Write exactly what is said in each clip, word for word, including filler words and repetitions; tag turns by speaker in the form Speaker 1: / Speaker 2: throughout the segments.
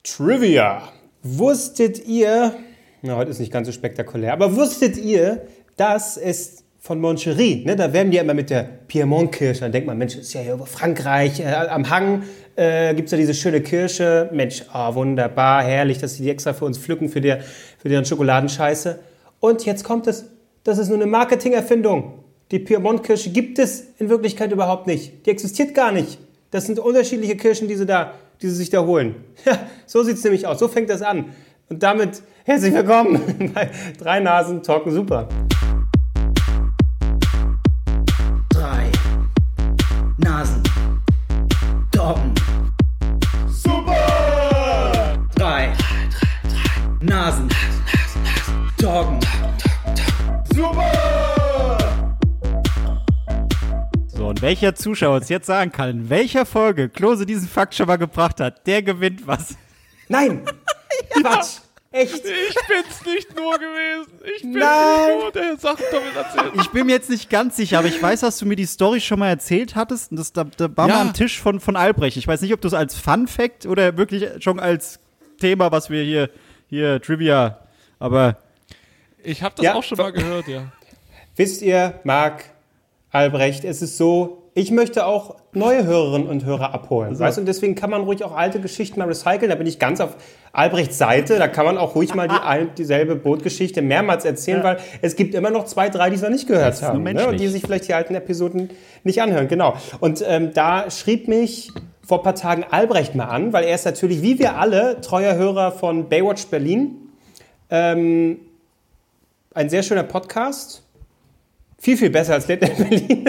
Speaker 1: Trivia. Wusstet ihr, na, heute ist nicht ganz so spektakulär, aber wusstet ihr, dass es von Moncherie, ne, da werden die ja immer mit der Piemont-Kirsche, dann denkt man, Mensch, ist ja hier über Frankreich, äh, am Hang äh, gibt es ja diese schöne Kirsche, Mensch, oh, wunderbar, herrlich, dass sie die extra für uns pflücken, für, der, für deren Schokoladenscheiße. Und jetzt kommt es, das ist nur eine Marketingerfindung. Die Piemont-Kirsche gibt es in Wirklichkeit überhaupt nicht. Die existiert gar nicht. Das sind unterschiedliche Kirschen, die sie, da, die sie sich da holen. Ja, so sieht es nämlich aus, so fängt das an. Und damit herzlich willkommen bei Drei Nasen Talken Super.
Speaker 2: Drei Nasen Talken Super! Drei Nasen Talken Super!
Speaker 3: So, und welcher Zuschauer uns jetzt sagen kann, in welcher Folge Klose diesen Fakt schon mal gebracht hat, der gewinnt was.
Speaker 1: Nein!
Speaker 3: Ja.
Speaker 1: Quatsch! Echt?
Speaker 4: Ich bin's nicht nur gewesen. Ich bin's
Speaker 1: Nein.
Speaker 4: nicht nur, der Sachen damit erzählt.
Speaker 3: Ich bin mir jetzt nicht ganz sicher, aber ich weiß, dass du mir die Story schon mal erzählt hattest. Und das, da, da war
Speaker 4: Ja.
Speaker 3: mal am Tisch von, von Albrecht. Ich weiß nicht, ob du es als Fun-Fact oder wirklich schon als Thema, was wir hier, hier Trivia, aber
Speaker 4: Ich habe das
Speaker 1: Ja.
Speaker 4: auch schon mal gehört, ja.
Speaker 1: Wisst ihr, Marc, Albrecht, es ist so, ich möchte auch neue Hörerinnen und Hörer abholen. Weißt du? Und deswegen kann man ruhig auch alte Geschichten mal recyceln. Da bin ich ganz auf Albrechts Seite. Da kann man auch ruhig mal die, ein, dieselbe Bootgeschichte mehrmals erzählen,
Speaker 3: Ja.
Speaker 1: weil es gibt immer noch zwei, drei, die es noch nicht gehört
Speaker 3: ist nur
Speaker 1: haben. Ne?
Speaker 3: menschlich.
Speaker 1: Und die sich vielleicht die alten Episoden nicht anhören. Genau. Und ähm, da schrieb mich vor ein paar Tagen Albrecht mal an, weil er ist natürlich, wie wir alle, treuer Hörer von Baywatch Berlin. Ähm, ein sehr schöner Podcast. Viel, viel besser als Late Night Berlin.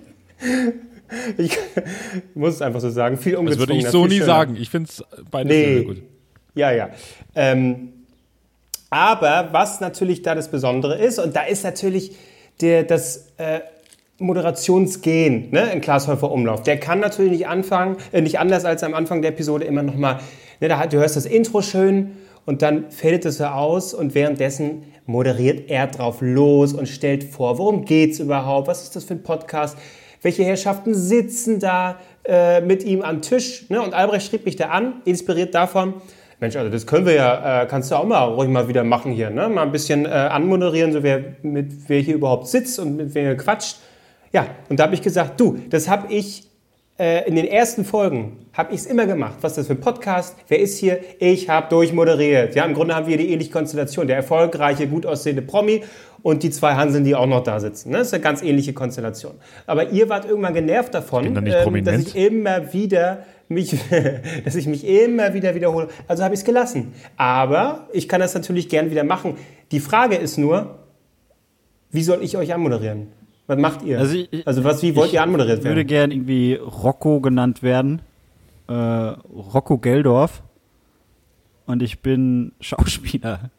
Speaker 1: Ich muss es einfach so sagen. Viel
Speaker 4: Das
Speaker 1: ungezwungener.
Speaker 4: würde ich so
Speaker 1: viel
Speaker 4: nie
Speaker 1: schöner.
Speaker 4: sagen. Ich finde es beides
Speaker 1: Nee.
Speaker 4: sehr, sehr gut.
Speaker 1: Ja, ja. Ähm, aber was natürlich da das Besondere ist, und da ist natürlich der, das äh, Moderationsgen, ne, in Klaas Häufer Umlauf. Der kann natürlich nicht anfangen, äh, nicht anders als am Anfang der Episode immer nochmal, ne, da, du hörst das Intro schön und dann fällt es so aus und währenddessen moderiert er drauf los und stellt vor, worum geht's überhaupt, was ist das für ein Podcast, welche Herrschaften sitzen da äh, mit ihm am Tisch, ne? Und Albrecht schrieb mich da an, inspiriert davon, Mensch, also das können wir ja, äh, kannst du auch mal ruhig mal wieder machen hier, ne? Mal ein bisschen äh, anmoderieren, so wer, mit wer hier überhaupt sitzt und mit wem ihr quatscht. Ja, und da habe ich gesagt, du, das habe ich äh, in den ersten Folgen, habe ich es immer gemacht. Was ist das für ein Podcast? Wer ist hier? Ich habe durchmoderiert. Ja, im Grunde haben wir die ähnliche Konstellation. Der erfolgreiche, gut aussehende Promi und die zwei Hanseln, die auch noch da sitzen. Ne? Das ist eine ganz ähnliche Konstellation. Aber ihr wart irgendwann genervt davon,
Speaker 4: bin doch nicht
Speaker 1: ähm,
Speaker 4: prominent.
Speaker 1: dass ich immer wieder mich, dass ich mich immer wieder wiederhole. Also habe ich es gelassen. Aber ich kann das natürlich gern wieder machen. Die Frage ist nur, wie soll ich euch anmoderieren? Was macht ihr?
Speaker 3: Also ich-
Speaker 1: also was, wie wollt
Speaker 3: ich
Speaker 1: ihr anmoderiert
Speaker 3: würde
Speaker 1: werden?
Speaker 3: gern irgendwie Rocco genannt werden. Äh, Rocco Geldorf. Und ich bin Schauspieler,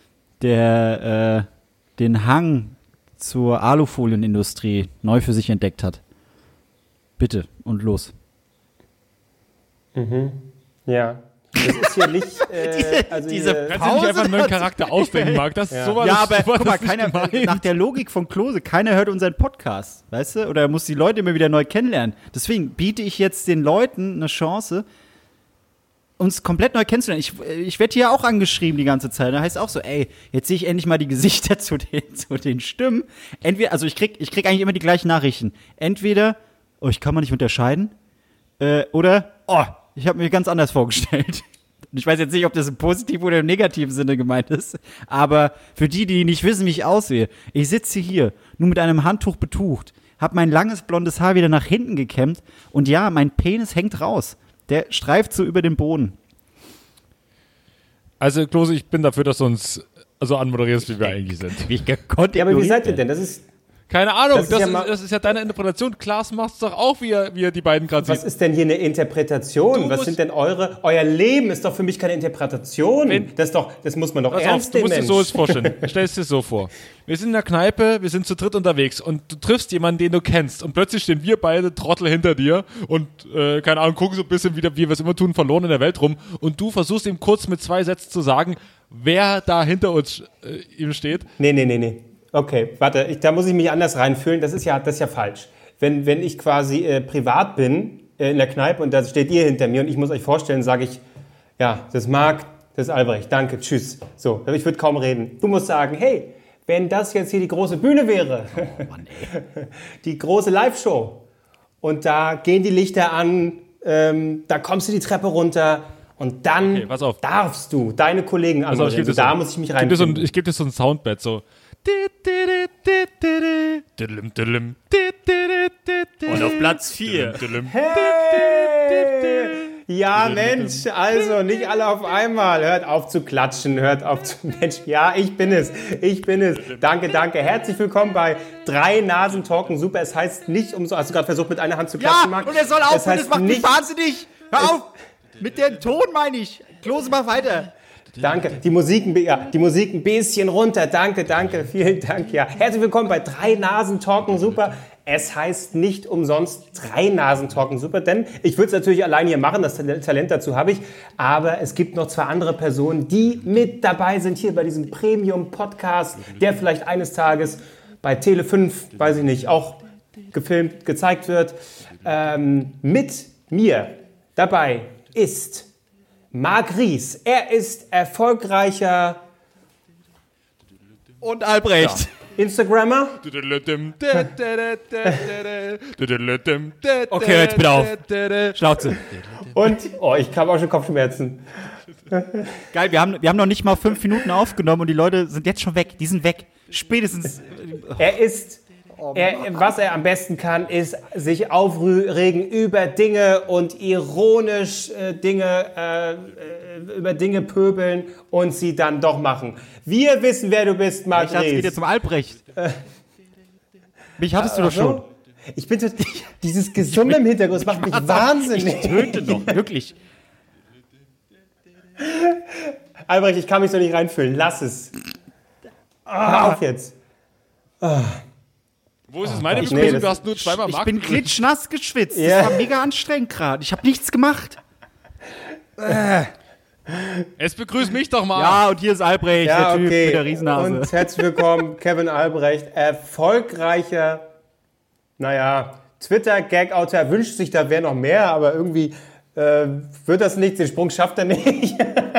Speaker 3: der äh, den Hang zur Alufolienindustrie neu für sich entdeckt hat. Bitte und los.
Speaker 1: Ja. Das ist hier nicht. Äh,
Speaker 3: Diese-
Speaker 1: also
Speaker 3: diese
Speaker 1: hier,
Speaker 4: Kannst du nicht einfach einen neuen Charakter ausdenken, Marc? Das
Speaker 1: Ja.
Speaker 4: sowas,
Speaker 3: Ja, aber
Speaker 4: sowas
Speaker 3: guck mal,
Speaker 4: ist nicht
Speaker 3: keiner,
Speaker 4: gemeint.
Speaker 3: nach der Logik von Klose, keiner hört unseren Podcast, weißt du? Oder muss die Leute immer wieder neu kennenlernen. Deswegen biete ich jetzt den Leuten eine Chance, uns komplett neu kennenzulernen. Ich, ich werde hier auch angeschrieben die ganze Zeit. Da heißt auch so, ey, jetzt sehe ich endlich mal die Gesichter zu den, zu den Stimmen. Entweder, also ich krieg, ich krieg eigentlich immer die gleichen Nachrichten. Entweder, oh, ich kann man nicht unterscheiden, äh, oder, oh, ich habe mir ganz anders vorgestellt. Ich weiß jetzt nicht, ob das im positiven oder im negativen Sinne gemeint ist, aber für die, die nicht wissen, wie ich aussehe, ich sitze hier, nur mit einem Handtuch betucht, habe mein langes blondes Haar wieder nach hinten gekämmt und ja, mein Penis hängt raus. Der streift so über den Boden.
Speaker 4: Also, Klose, ich bin dafür, dass du uns so anmoderierst, wie wir eigentlich sind.
Speaker 3: Wie ich gekonnt
Speaker 1: ja, aber wie
Speaker 3: ignoriert
Speaker 1: seid ihr
Speaker 3: werde.
Speaker 1: denn? Das ist.
Speaker 4: Keine Ahnung,
Speaker 1: Das
Speaker 4: das
Speaker 1: ist
Speaker 4: ist,
Speaker 1: ja ma-
Speaker 4: das ist ja deine Interpretation. Klaas macht's doch auch, wie er, wie er die beiden gerade
Speaker 1: Was
Speaker 4: sieht.
Speaker 1: ist denn hier eine Interpretation?
Speaker 4: Du
Speaker 1: Was
Speaker 4: musst-
Speaker 1: sind denn eure. Euer Leben ist doch für mich keine Interpretation.
Speaker 4: Wenn-
Speaker 1: das, ist doch, das muss man doch
Speaker 4: Pass auf,
Speaker 1: ernst
Speaker 4: du
Speaker 1: nehmen.
Speaker 4: musst dir
Speaker 1: Mensch.
Speaker 4: so es vorstellen. Stell es dir so vor. Wir sind in der Kneipe, wir sind zu dritt unterwegs und du triffst jemanden, den du kennst und plötzlich stehen wir beide Trottel hinter dir und, äh, keine Ahnung, gucken so ein bisschen wieder, wie wir es immer tun, verloren in der Welt rum und du versuchst ihm kurz mit zwei Sätzen zu sagen, wer da hinter uns äh, ihm steht.
Speaker 1: Nee, nee, nee, nee. Okay, warte, ich, da muss ich mich anders reinfühlen. Das ist ja, das ist ja falsch. Wenn, wenn ich quasi äh, privat bin, äh, in der Kneipe und da steht ihr hinter mir und ich muss euch vorstellen, sage ich, Ja, das ist Marc, das ist Albrecht. Danke, tschüss. So, ich würde kaum reden. Du musst sagen, hey, wenn das jetzt hier die große Bühne wäre,
Speaker 3: Oh Mann, ey.
Speaker 1: die große Live-Show, und da gehen die Lichter an, ähm, da kommst du die Treppe runter und dann
Speaker 4: Okay, pass auf.
Speaker 1: darfst du deine Kollegen
Speaker 4: Pass auf, ich
Speaker 1: anmoderieren.
Speaker 4: gebe
Speaker 1: Also
Speaker 4: dir
Speaker 1: da
Speaker 4: so-
Speaker 1: muss ich mich
Speaker 4: Ich gebe dir so ein-
Speaker 1: rein.
Speaker 4: ich gebe dir so ein Soundbed, so.
Speaker 3: Und auf Platz vier.
Speaker 1: Hey! Ja, Mensch, also nicht alle auf einmal. Hört auf zu klatschen, hört auf zu... Mensch, ja, ich bin es, ich bin es. Danke, danke. Herzlich willkommen bei Drei Nasen talken. Super, es heißt nicht umso... Hast du gerade versucht, mit einer Hand zu
Speaker 3: Ja,
Speaker 1: klatschen, Marc?
Speaker 3: und er soll
Speaker 1: Es
Speaker 3: aufhören,
Speaker 1: heißt
Speaker 3: das macht mich
Speaker 1: nicht-
Speaker 3: wahnsinnig. Hör auf! Mit dem Ton meine ich. Klose, mach weiter.
Speaker 1: Danke. Die Musik, ein bi- ja, die Musik ein bisschen runter. Danke, danke. Vielen Dank. Ja. Herzlich willkommen bei Drei Nasen talken super. Es heißt nicht umsonst Drei Nasen talken super, denn ich würde es natürlich allein hier machen, das Talent dazu habe ich, aber es gibt noch zwei andere Personen, die mit dabei sind hier bei diesem Premium-Podcast, der vielleicht eines Tages bei Tele fünf, weiß ich nicht, auch gefilmt, gezeigt wird. Ähm, mit mir dabei ist Marc Ries. Er ist erfolgreicher
Speaker 3: Und Albrecht.
Speaker 1: Instagrammer.
Speaker 3: Okay, jetzt bitte auf. Schnauze.
Speaker 1: Und, oh, ich habe auch schon Kopfschmerzen.
Speaker 3: Geil, wir haben, wir haben noch nicht mal fünf Minuten aufgenommen und die Leute sind jetzt schon weg. Die sind weg. Spätestens.
Speaker 1: Er ist, er, was er am besten kann, ist sich aufregen über Dinge und ironisch äh, Dinge, äh, äh, über Dinge pöbeln und sie dann doch machen. Wir wissen, wer du bist, Marc
Speaker 3: Ich dachte, es geht
Speaker 1: Ries.
Speaker 3: jetzt um Albrecht. Mich hattest du doch schon.
Speaker 1: So? Ich bin so, dieses Gesumme im Hintergrund, das macht mich wahnsinnig.
Speaker 3: Ich töte noch, wirklich.
Speaker 1: Albrecht, ich kann mich so nicht reinfühlen. Lass es. Hör auf jetzt.
Speaker 4: Wo ist es meine
Speaker 1: nee,
Speaker 4: Begrüßung?
Speaker 1: das-
Speaker 4: Du hast nur zweimal
Speaker 3: Ich
Speaker 4: Marc
Speaker 3: bin
Speaker 4: begrüßt.
Speaker 3: klitschnass geschwitzt.
Speaker 1: Ja.
Speaker 3: Das war mega anstrengend gerade. Ich habe nichts gemacht.
Speaker 4: Es begrüßt mich doch mal.
Speaker 3: Ja, und hier ist Albrecht,
Speaker 1: Ja,
Speaker 3: der Typ
Speaker 1: okay.
Speaker 3: mit der Riesennase.
Speaker 1: Und herzlich willkommen, Kevin Albrecht, erfolgreicher, naja, Twitter-Gag-Autor, wünscht sich, da wäre noch mehr, aber irgendwie äh, wird das nichts, den Sprung schafft er nicht.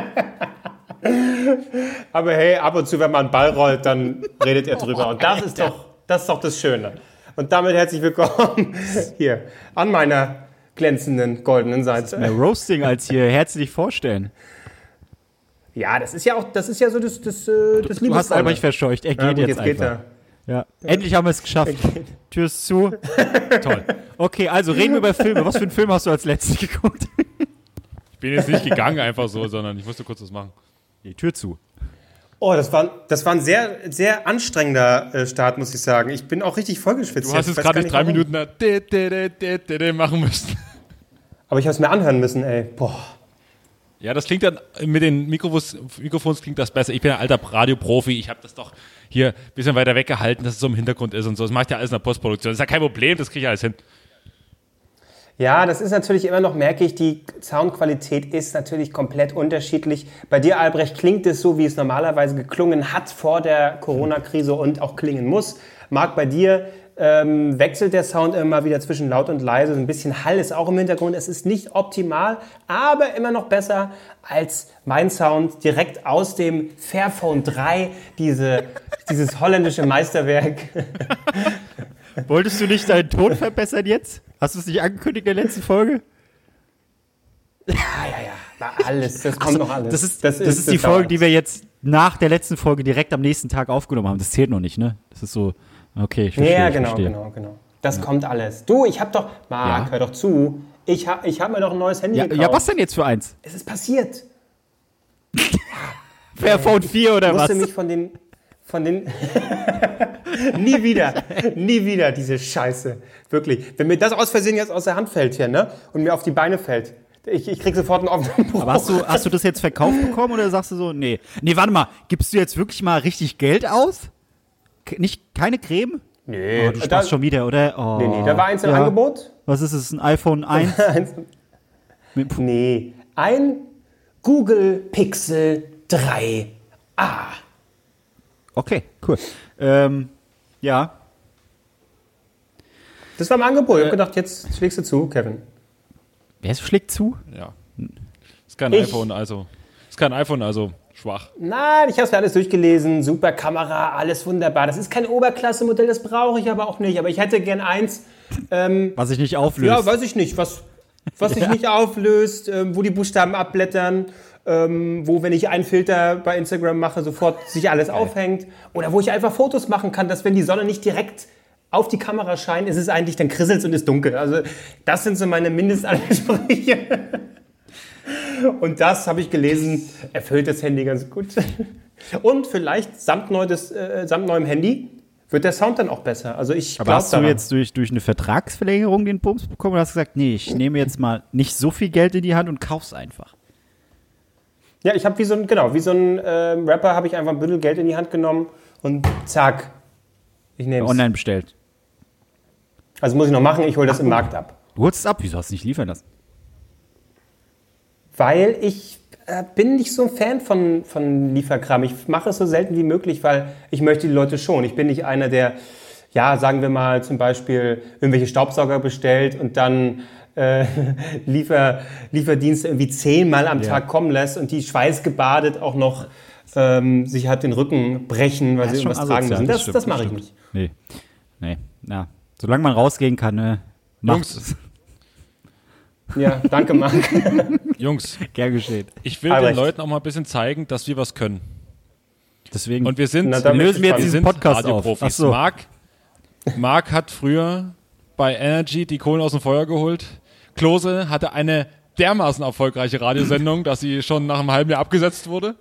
Speaker 1: Aber hey, ab und zu, wenn man einen Ball rollt, dann redet er drüber. Und das ist doch das, ist doch das Schöne. Und damit herzlich willkommen hier an meiner glänzenden goldenen Seite.
Speaker 3: Mehr Roasting als hier herzlich vorstellen.
Speaker 1: Ja, das ist ja auch, das ist ja so das, das, äh, das
Speaker 3: Du hast Albrecht verscheucht. Er geht
Speaker 1: Ja, gut,
Speaker 3: jetzt,
Speaker 1: jetzt geht
Speaker 3: einfach.
Speaker 1: er.
Speaker 3: Ja. Endlich haben wir es geschafft. Tür ist zu. Toll. Okay, also reden wir über Filme. Was für einen Film hast du als letztes geguckt?
Speaker 4: Ich bin jetzt nicht gegangen einfach so, sondern ich musste kurz was machen.
Speaker 3: Die Tür zu.
Speaker 1: Oh, das war, das war ein sehr, sehr anstrengender äh, Start, muss ich sagen. Ich bin auch richtig vollgeschwitzt.
Speaker 4: Du hast
Speaker 1: Ich
Speaker 4: jetzt
Speaker 1: weiß
Speaker 4: gerade
Speaker 1: gar
Speaker 4: nicht drei
Speaker 1: warum.
Speaker 4: Minuten da de, de, de, de, de, de machen müssen.
Speaker 1: Aber ich habe es mir anhören müssen, ey. Boah.
Speaker 4: Ja, das klingt dann mit den Mikrofons, Mikrofons klingt das besser. Ich bin ein alter Radioprofi. Ich habe das doch hier ein bisschen weiter weggehalten, dass es so im Hintergrund ist und so. Das macht ja alles in der Postproduktion. Das ist ja kein Problem, das kriege ich alles hin.
Speaker 1: Ja, das ist natürlich immer noch, merke ich, die Soundqualität ist natürlich komplett unterschiedlich. Bei dir, Albrecht, klingt es so, wie es normalerweise geklungen hat vor der Corona-Krise und auch klingen muss. Marc, bei dir ähm, wechselt der Sound immer wieder zwischen laut und leise. Ein bisschen Hall ist auch im Hintergrund. Es ist nicht optimal, aber immer noch besser als mein Sound direkt aus dem Fairphone drei, diese, dieses holländische Meisterwerk.
Speaker 3: Wolltest du nicht deinen Ton verbessern jetzt? Hast du es nicht angekündigt in der letzten Folge?
Speaker 1: Ja, ja, ja, war alles. Das kommt noch alles.
Speaker 3: Das ist, das ist, die Folge, die wir jetzt nach der letzten Folge direkt am nächsten Tag aufgenommen haben. Das zählt noch nicht, ne? Das ist so, okay, ich verstehe.
Speaker 1: Ja,
Speaker 3: ich
Speaker 1: genau,
Speaker 3: verstehe.
Speaker 1: genau, genau. Das kommt alles. Du, ich hab doch, Marc,
Speaker 3: Ja.
Speaker 1: hör doch zu. Ich hab, ich hab mir doch ein neues Handy
Speaker 3: Ja,
Speaker 1: gekauft.
Speaker 3: ja, was denn jetzt für eins?
Speaker 1: Es ist passiert.
Speaker 3: Fairphone vier oder
Speaker 1: Ich
Speaker 3: was?
Speaker 1: musste mich von den, von den, nie wieder, nie wieder diese Scheiße. Wirklich. Wenn mir das aus Versehen jetzt aus der Hand fällt hier, ne, und mir auf die Beine fällt, ich, ich krieg sofort einen offenen Bruch.
Speaker 3: Aber hast du, hast du das jetzt verkauft bekommen oder sagst du so, nee. Nee, warte mal, gibst du jetzt wirklich mal richtig Geld aus? K nicht, keine Creme?
Speaker 1: Nee,
Speaker 3: Oh, du
Speaker 1: da,
Speaker 3: sparst schon wieder, oder? Oh,
Speaker 1: nee, nee, da war eins im
Speaker 3: ja.
Speaker 1: Angebot.
Speaker 3: Was ist es, ein iPhone eins? Mit,
Speaker 1: Nee, ein Google Pixel drei a.
Speaker 3: okay, cool. Ähm, ja,
Speaker 1: Das war im Angebot. Ich
Speaker 3: Äh.
Speaker 1: hab gedacht, jetzt schlägst du zu, Kevin.
Speaker 3: wer schlägt zu?
Speaker 4: Ja. Ist kein
Speaker 1: Ich-
Speaker 4: iPhone, also. Ist kein iPhone, also schwach.
Speaker 1: Nein, ich habe es mir alles durchgelesen. Super Kamera, alles wunderbar. Das ist kein Oberklasse-Modell, das brauche ich aber auch nicht. Aber ich hätte gern eins,
Speaker 3: Was sich nicht auflöst.
Speaker 1: ja, weiß ich nicht, was, was sich nicht auflöst, ähm, wo die Buchstaben abblättern, ähm, wo, wenn ich einen Filter bei Instagram mache, sofort sich alles aufhängt. Oder wo ich einfach Fotos machen kann, dass, wenn die Sonne nicht direkt auf die Kamera scheint, ist es eigentlich, dann krisselt es und ist dunkel. Also das sind so meine Mindestansprüche. Und das, habe ich gelesen, erfüllt das Handy ganz gut. Und vielleicht samt, neu des, äh, samt neuem Handy wird der Sound dann auch besser. Also ich
Speaker 3: Aber
Speaker 1: glaube
Speaker 3: hast du
Speaker 1: daran.
Speaker 3: jetzt durch, durch eine Vertragsverlängerung den Bums bekommen oder hast du gesagt, nee, ich nehme jetzt mal nicht so viel Geld in die Hand und kauf's einfach?
Speaker 1: Ja, ich habe wie so ein, genau, wie so ein ähm, Rapper habe ich einfach ein Bündel Geld in die Hand genommen und zack, ich nehme es.
Speaker 3: Online bestellt.
Speaker 1: Also muss ich noch machen, ich hole das im Markt ab.
Speaker 3: Du holst es ab, wieso hast du nicht liefern lassen?
Speaker 1: Weil ich äh, bin nicht so ein Fan von, von Lieferkram. Ich mache es so selten wie möglich, weil ich möchte die Leute schon. Ich bin nicht einer, der, ja, sagen wir mal zum Beispiel irgendwelche Staubsauger bestellt und dann äh, Liefer, Lieferdienste irgendwie zehnmal am
Speaker 3: Ja.
Speaker 1: Tag kommen lässt und die schweißgebadet auch noch ähm, sich halt den Rücken brechen, weil
Speaker 3: Das
Speaker 1: sie
Speaker 3: ist schon
Speaker 1: irgendwas tragen
Speaker 3: asozial,
Speaker 1: müssen. Das,
Speaker 3: stimmt,
Speaker 1: das mache ich
Speaker 3: stimmt.
Speaker 1: nicht.
Speaker 3: Nee. Nee. Na, solange man rausgehen kann, ne, macht
Speaker 4: Jungs.
Speaker 3: es.
Speaker 1: Ja, danke, Marc.
Speaker 4: Jungs,
Speaker 3: Gern geschehen.
Speaker 4: ich will
Speaker 1: Albrecht.
Speaker 4: den Leuten auch mal ein bisschen zeigen, dass wir was können.
Speaker 3: Deswegen
Speaker 4: Und wir sind,
Speaker 1: Na, da bin ich
Speaker 3: lösen wir jetzt
Speaker 1: gespannt.
Speaker 4: wir
Speaker 3: diesen
Speaker 4: sind
Speaker 3: Podcast auf.
Speaker 4: Radioprofis.
Speaker 3: Ach so.
Speaker 4: Marc, Marc hat früher bei Energy die Kohlen aus dem Feuer geholt. Klose hatte eine dermaßen erfolgreiche Radiosendung, dass sie schon nach einem halben Jahr abgesetzt wurde.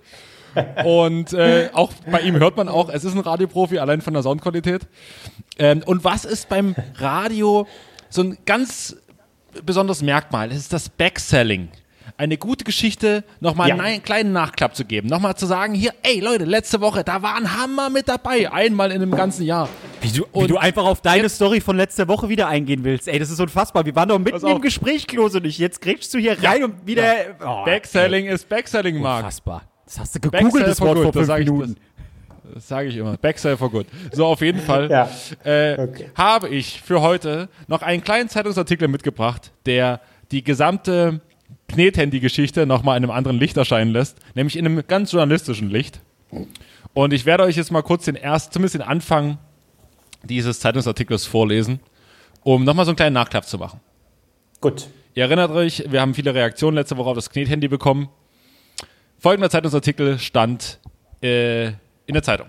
Speaker 4: Und äh, auch bei ihm hört man auch, es ist ein Radioprofi, allein von der Soundqualität. Ähm, und was ist beim Radio so ein ganz besonderes Merkmal? Das ist das Backselling. Eine gute Geschichte nochmal
Speaker 1: Ja.
Speaker 4: einen kleinen Nachklapp zu geben. Nochmal zu sagen, hier, ey Leute, letzte Woche, da war ein Hammer mit dabei. Einmal in einem ganzen Jahr.
Speaker 3: Wie du, wie
Speaker 4: Und
Speaker 3: du einfach auf deine
Speaker 4: jetzt-
Speaker 3: Story von letzter Woche wieder eingehen willst. Ey, das ist unfassbar. Wir waren doch
Speaker 4: Pass
Speaker 3: mitten
Speaker 4: auf.
Speaker 3: im Gespräch, Klose, und ich. Jetzt grätschst du hier rein und wieder. Oh,
Speaker 4: Backselling ist Backselling,
Speaker 3: ey,
Speaker 4: Marc.
Speaker 3: Unfassbar. Das hast du
Speaker 4: Backsell
Speaker 3: gegoogelt, das
Speaker 4: for
Speaker 3: Wort
Speaker 4: good,
Speaker 3: vor
Speaker 4: das
Speaker 3: fünf
Speaker 4: sag ich-
Speaker 3: Minuten.
Speaker 4: Das sage ich immer. Backsell for good. So, auf jeden Fall
Speaker 1: Ja.
Speaker 4: äh,
Speaker 1: Okay.
Speaker 4: habe ich für heute noch einen kleinen Zeitungsartikel mitgebracht, der die gesamte Knethandy-Geschichte nochmal in einem anderen Licht erscheinen lässt, nämlich in einem ganz journalistischen Licht. Und ich werde euch jetzt mal kurz den ersten, zumindest den Anfang dieses Zeitungsartikels vorlesen, um nochmal so einen kleinen Nachklapp zu machen.
Speaker 1: Gut.
Speaker 4: Ihr erinnert euch, wir haben viele Reaktionen letzte Woche auf das Knethandy bekommen. Folgender Zeitungsartikel stand äh, in der Zeitung.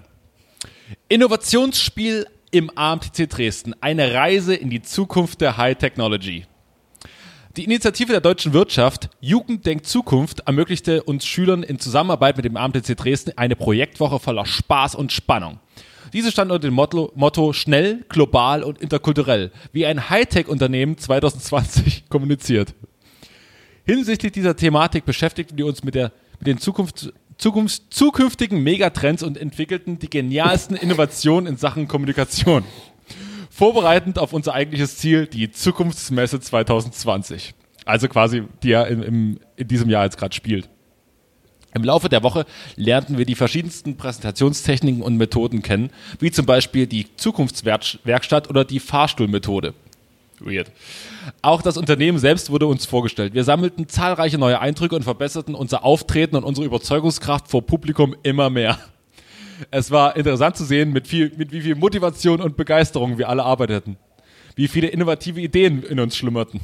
Speaker 4: Innovationsspiel im A M T C Dresden. Eine Reise in die Zukunft der High Technology. Die Initiative der deutschen Wirtschaft Jugend denkt Zukunft ermöglichte uns Schülern in Zusammenarbeit mit dem A M T C Dresden eine Projektwoche voller Spaß und Spannung. Diese stand unter dem Motto, Motto schnell, global und interkulturell, wie ein Hightech-Unternehmen zwanzig zwanzig kommuniziert. Hinsichtlich dieser Thematik beschäftigten wir uns mit, der, mit den Zukunft, Zukunft, zukünftigen Megatrends und entwickelten die genialsten Innovationen in Sachen Kommunikation. Vorbereitend auf unser eigentliches Ziel, die Zukunftsmesse zwanzig zwanzig. Also quasi, die ja in, im, in diesem Jahr jetzt gerade spielt. Im Laufe der Woche lernten wir die verschiedensten Präsentationstechniken und Methoden kennen, wie zum Beispiel die Zukunftswerkstatt oder die Fahrstuhlmethode. Weird. Auch das Unternehmen selbst wurde uns vorgestellt. Wir sammelten zahlreiche neue Eindrücke und verbesserten unser Auftreten und unsere Überzeugungskraft vor Publikum immer mehr. Es war interessant zu sehen, mit, viel, mit wie viel Motivation und Begeisterung wir alle arbeiteten. Wie viele innovative Ideen in uns schlummerten.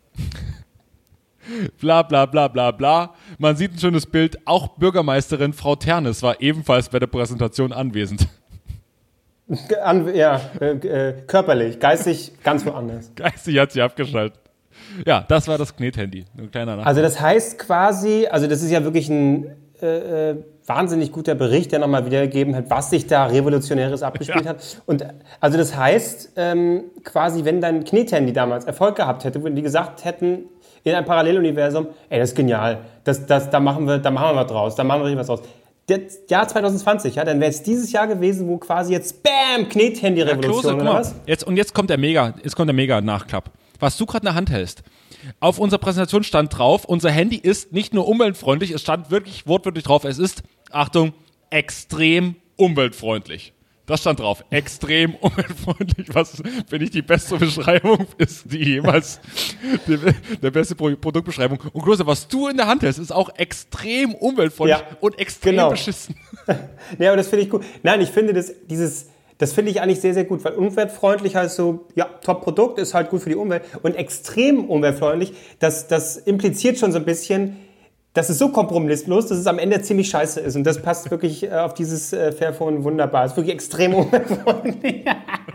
Speaker 4: Bla bla bla bla bla. Man sieht ein schönes Bild. Auch Bürgermeisterin Frau Ternes war ebenfalls bei der Präsentation anwesend.
Speaker 1: An, ja, äh, äh, körperlich, geistig ganz woanders.
Speaker 4: Geistig hat sie abgeschaltet. Ja, das war das Knethandy. Ein kleiner Nach
Speaker 1: Also das heißt quasi, also das ist ja wirklich ein äh, äh, wahnsinnig guter Bericht, der nochmal wiedergegeben hat, was sich da Revolutionäres abgespielt
Speaker 4: Ja.
Speaker 1: hat. Und also das heißt ähm, quasi, wenn dein Knethandy damals Erfolg gehabt hätte, wenn die gesagt hätten, in einem Paralleluniversum, ey, das ist genial, das, das, da, machen wir, da machen wir was draus, da machen wir richtig was draus. Das Jahr zwanzig zwanzig, ja, dann wäre es dieses Jahr gewesen, wo quasi jetzt BAM, Knethandy-Revolution,
Speaker 4: Klose, guck
Speaker 1: oder
Speaker 4: mal.
Speaker 1: was?
Speaker 4: Jetzt, und jetzt kommt der Mega, jetzt kommt der Mega-Nachklapp. Was du gerade in der Hand hältst. Auf unserer Präsentation stand drauf, unser Handy ist nicht nur umweltfreundlich, es stand wirklich wortwörtlich drauf, es ist, Achtung, extrem umweltfreundlich. Das stand drauf. Extrem umweltfreundlich. Was, finde ich, die beste Beschreibung ist, die jemals, die, der beste Pro- Produktbeschreibung. Und Klose, was du in der Hand hast, ist auch extrem umweltfreundlich
Speaker 1: Ja,
Speaker 4: und extrem
Speaker 1: genau.
Speaker 4: beschissen.
Speaker 1: Ja, aber das finde ich gut. Nein, ich finde das, dieses, das finde ich eigentlich sehr, sehr gut, weil umweltfreundlich heißt so, ja, Top-Produkt ist halt gut für die Umwelt. Und extrem umweltfreundlich, das, das impliziert schon so ein bisschen, das ist so kompromisslos, dass es am Ende ziemlich scheiße ist. Und das passt wirklich äh, auf dieses äh, Fairphone wunderbar. Es ist wirklich extrem umweltfreundlich.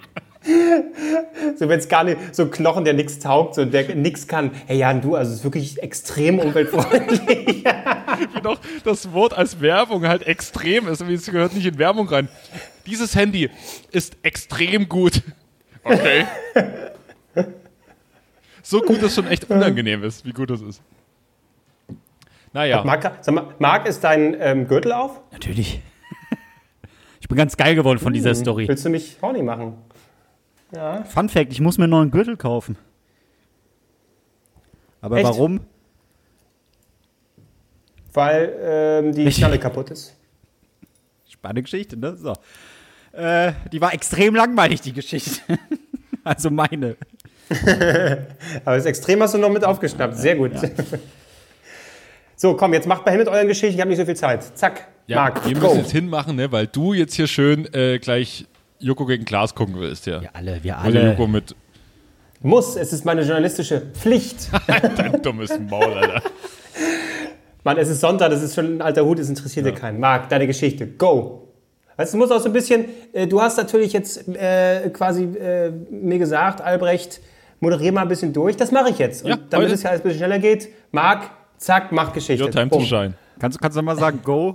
Speaker 1: So, wenn es gar nicht, so ein Knochen, der nichts taugt, so, der nichts kann. Hey Jan, du, also es ist wirklich extrem umweltfreundlich.
Speaker 4: Wie noch das Wort als Werbung halt extrem ist. Es gehört nicht in Werbung rein. Dieses Handy ist extrem gut. Okay. So gut, dass es schon echt unangenehm ist, wie gut das ist. Naja.
Speaker 1: Marc, sag mal, Marc, ist dein ähm, Gürtel auf?
Speaker 3: Natürlich. Ich bin ganz geil geworden von dieser
Speaker 1: Hm.
Speaker 3: Story.
Speaker 1: Willst du mich horny machen? Ja.
Speaker 3: Fun Fact, ich muss mir noch einen Gürtel kaufen. Aber
Speaker 1: Echt?
Speaker 3: warum?
Speaker 1: Weil ähm, die
Speaker 3: Ich-
Speaker 1: Schnalle kaputt ist.
Speaker 3: Spannende Geschichte, ne? So. Äh, die war extrem langweilig, die Geschichte. Also meine.
Speaker 1: Aber das Extrem hast du noch mit aufgeschnappt. Sehr gut. So, komm, jetzt macht mal hin mit euren Geschichten. Ich habe nicht so viel Zeit. Zack,
Speaker 4: Ja,
Speaker 1: Marc,
Speaker 4: wir
Speaker 1: go.
Speaker 4: müssen jetzt hinmachen, ne, weil du jetzt hier schön äh, gleich Joko gegen Klaas gucken willst, ja.
Speaker 3: Wir alle, wir
Speaker 4: Also
Speaker 3: alle.
Speaker 4: Joko mit
Speaker 1: Muss, es ist meine journalistische Pflicht.
Speaker 4: dein dummes Maul, Alter.
Speaker 1: Mann, es ist Sonntag, das ist schon ein alter Hut, es interessiert dir keinen. Marc, deine Geschichte, go. Weißt du, es muss auch so ein bisschen, äh, du hast natürlich jetzt äh, quasi äh, mir gesagt, Albrecht, moderier mal ein bisschen durch. Das mache ich jetzt. Und
Speaker 4: Ja,
Speaker 1: damit
Speaker 4: heute-
Speaker 1: es ja alles ein bisschen schneller geht, Marc, zack, mach Geschichte.
Speaker 4: Your time to
Speaker 1: Bumm.
Speaker 4: shine.
Speaker 3: Kannst, du- kannst du mal sagen, go?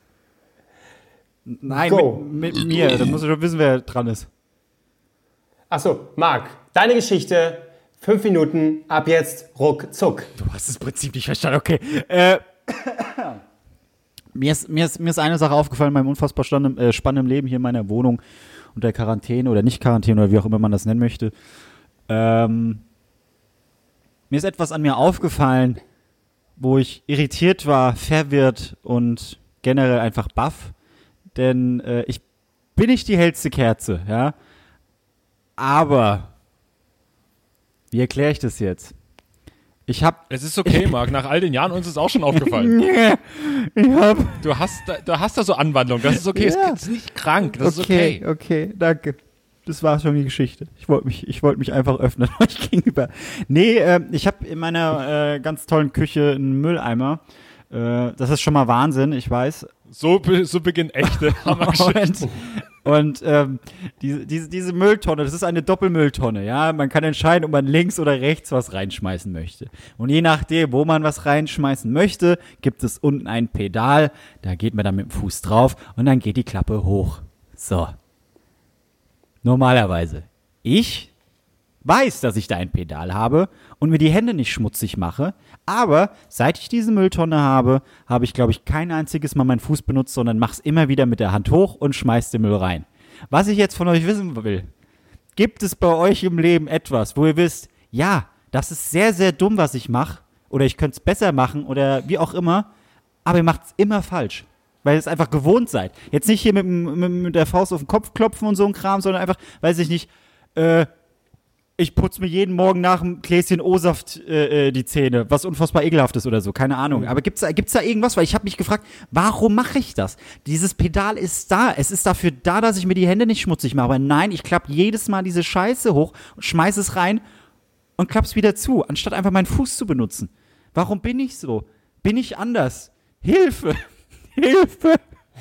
Speaker 3: Nein,
Speaker 1: Go.
Speaker 3: Mit, mit mir. Dann musst du schon wissen, wer dran ist.
Speaker 1: Achso, Marc, deine Geschichte, fünf Minuten, ab jetzt, ruckzuck.
Speaker 3: Du hast das Prinzip nicht verstanden, okay. Äh, mir, ist, mir, ist, mir ist eine Sache aufgefallen in meinem unfassbar stand, äh, spannenden Leben hier in meiner Wohnung unter Quarantäne oder nicht Quarantäne oder wie auch immer man das nennen möchte. Ähm, mir ist etwas an mir aufgefallen, wo ich irritiert war, verwirrt und generell einfach baff. Denn äh, ich bin nicht die hellste Kerze, ja. Aber, wie erkläre ich das jetzt? Ich hab,
Speaker 4: Es ist okay, Marc, nach all den Jahren uns ist auch schon aufgefallen.
Speaker 3: ich hab,
Speaker 4: Du hast da, du hast da so Anwandlung, das ist okay,
Speaker 3: Ja.
Speaker 4: es ist nicht krank, das ist okay.
Speaker 3: okay, okay, danke. Das war schon die Geschichte. Ich wollte mich, ich wollte mich einfach öffnen euch gegenüber. Nee, äh, ich habe in meiner äh, ganz tollen Küche einen Mülleimer. Äh, das ist schon mal Wahnsinn, ich weiß.
Speaker 4: So, be- so beginnen echte Hammergeschichten.
Speaker 3: Und, und ähm, diese, diese, diese Mülltonne, das ist eine Doppelmülltonne, ja. Man kann entscheiden, ob man links oder rechts was reinschmeißen möchte. Und je nachdem, wo man was reinschmeißen möchte, gibt es unten ein Pedal. Da geht man dann mit dem Fuß drauf und dann geht die Klappe hoch. So. Normalerweise. Ich weiß, dass ich da ein Pedal habe und mir die Hände nicht schmutzig mache, aber seit ich diese Mülltonne habe, habe ich, glaube ich, kein einziges Mal meinen Fuß benutzt, sondern mach's immer wieder mit der Hand hoch und schmeiß den Müll rein. Was ich jetzt von euch wissen will, gibt es bei euch im Leben etwas, wo ihr wisst, ja, das ist sehr, sehr dumm, was ich mache, oder ich könnte es besser machen, oder wie auch immer, aber ihr macht es immer falsch. Weil ihr es einfach gewohnt seid. Jetzt nicht hier mit, dem- mit, mit der Faust auf den Kopf klopfen und so ein Kram, sondern einfach, weiß ich nicht, äh, ich putze mir jeden Morgen nach einem Gläschen O-Saft äh, äh, die Zähne, was unfassbar ekelhaft ist oder so, keine Ahnung. Aber gibt's da, gibt's da irgendwas? Weil ich habe mich gefragt, warum mache ich das? Dieses Pedal ist da, es ist dafür da, dass ich mir die Hände nicht schmutzig mache. Aber nein, ich klappe jedes Mal diese Scheiße hoch, schmeiß es rein und klapp's wieder zu, anstatt einfach meinen Fuß zu benutzen. Warum bin ich so? Bin ich anders? Hilfe! Hilfe!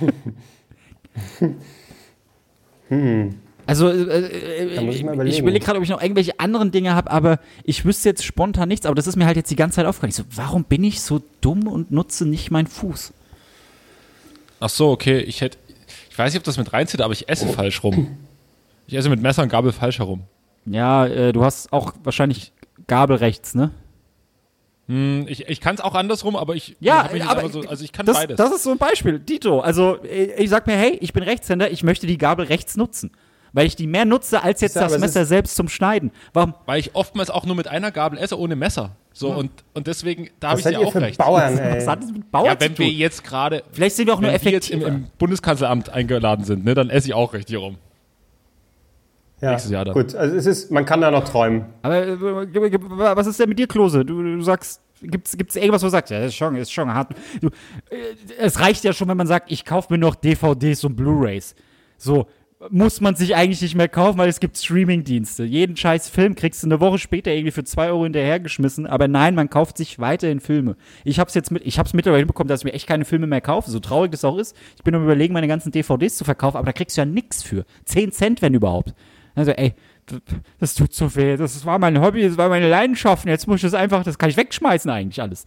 Speaker 3: Also, äh,
Speaker 1: Da muss ich mal
Speaker 3: ich
Speaker 1: überlegen.
Speaker 3: überlege gerade, ob ich noch irgendwelche anderen Dinge habe, aber ich wüsste jetzt spontan nichts, aber das ist mir halt jetzt die ganze Zeit aufgefallen. Ich so, warum bin ich so dumm und nutze nicht meinen Fuß?
Speaker 4: Ach so, okay, ich hätte, ich weiß nicht, ob das mit reinzieht, aber ich esse falsch rum. Ich esse mit Messer und Gabel falsch herum.
Speaker 3: Ja, äh, du hast auch wahrscheinlich Gabel rechts, ne?
Speaker 4: Hm, ich ich kann es auch andersrum, aber ich
Speaker 3: Ja,
Speaker 4: hab mich jetzt
Speaker 3: aber
Speaker 4: einfach so, also ich kann
Speaker 3: das,
Speaker 4: beides.
Speaker 3: das ist so ein Beispiel. Dito, also äh, ich sag mir, hey, ich bin Rechtshänder, ich möchte die Gabel rechts nutzen. Weil ich die mehr nutze, als jetzt
Speaker 1: Ja, aber
Speaker 3: das
Speaker 1: es
Speaker 3: Messer
Speaker 1: ist-
Speaker 3: selbst zum Schneiden. Warum?
Speaker 4: Weil ich oftmals auch nur mit einer Gabel esse, ohne Messer. So, und, und deswegen, da habe
Speaker 1: Was
Speaker 4: ich
Speaker 1: seid
Speaker 4: dir
Speaker 1: ihr
Speaker 4: auch
Speaker 1: für
Speaker 4: recht.
Speaker 1: Bauern,
Speaker 3: Was
Speaker 1: ey?
Speaker 3: hat das mit Bauern
Speaker 4: Ja, wenn
Speaker 3: zu tun?
Speaker 4: wir jetzt gerade,
Speaker 3: Vielleicht sind wir auch nur
Speaker 4: wenn wir jetzt
Speaker 3: effektiver.
Speaker 4: im, im Bundeskanzleramt eingeladen sind, ne, dann esse ich auch richtig rum.
Speaker 1: Ja,
Speaker 4: nächstes Jahr dann.
Speaker 1: gut, also es ist, man kann da noch träumen.
Speaker 3: Aber äh, was ist denn mit dir, Klose? Du, du sagst, gibt's, gibt's irgendwas, wo du sagst, ja, das ist schon, ist schon hart. Du, äh, es reicht ja schon, wenn man sagt, ich kaufe mir noch D V Ds und Blu-Rays. So, muss man sich eigentlich nicht mehr kaufen, weil es gibt Streaming-Dienste. Jeden scheiß Film kriegst du eine Woche später irgendwie für zwei Euro hinterhergeschmissen, aber nein, man kauft sich weiterhin Filme. Ich hab's jetzt mit, ich hab's mittlerweile hinbekommen, dass ich mir echt keine Filme mehr kaufe, so traurig das auch ist. Ich bin am Überlegen, meine ganzen D V Ds zu verkaufen, aber da kriegst du ja nix für. Zehn Cent, wenn überhaupt. Also, ey, das tut so weh. Das war mein Hobby, das war meine Leidenschaft. Und jetzt muss ich das einfach, das kann ich wegschmeißen eigentlich alles.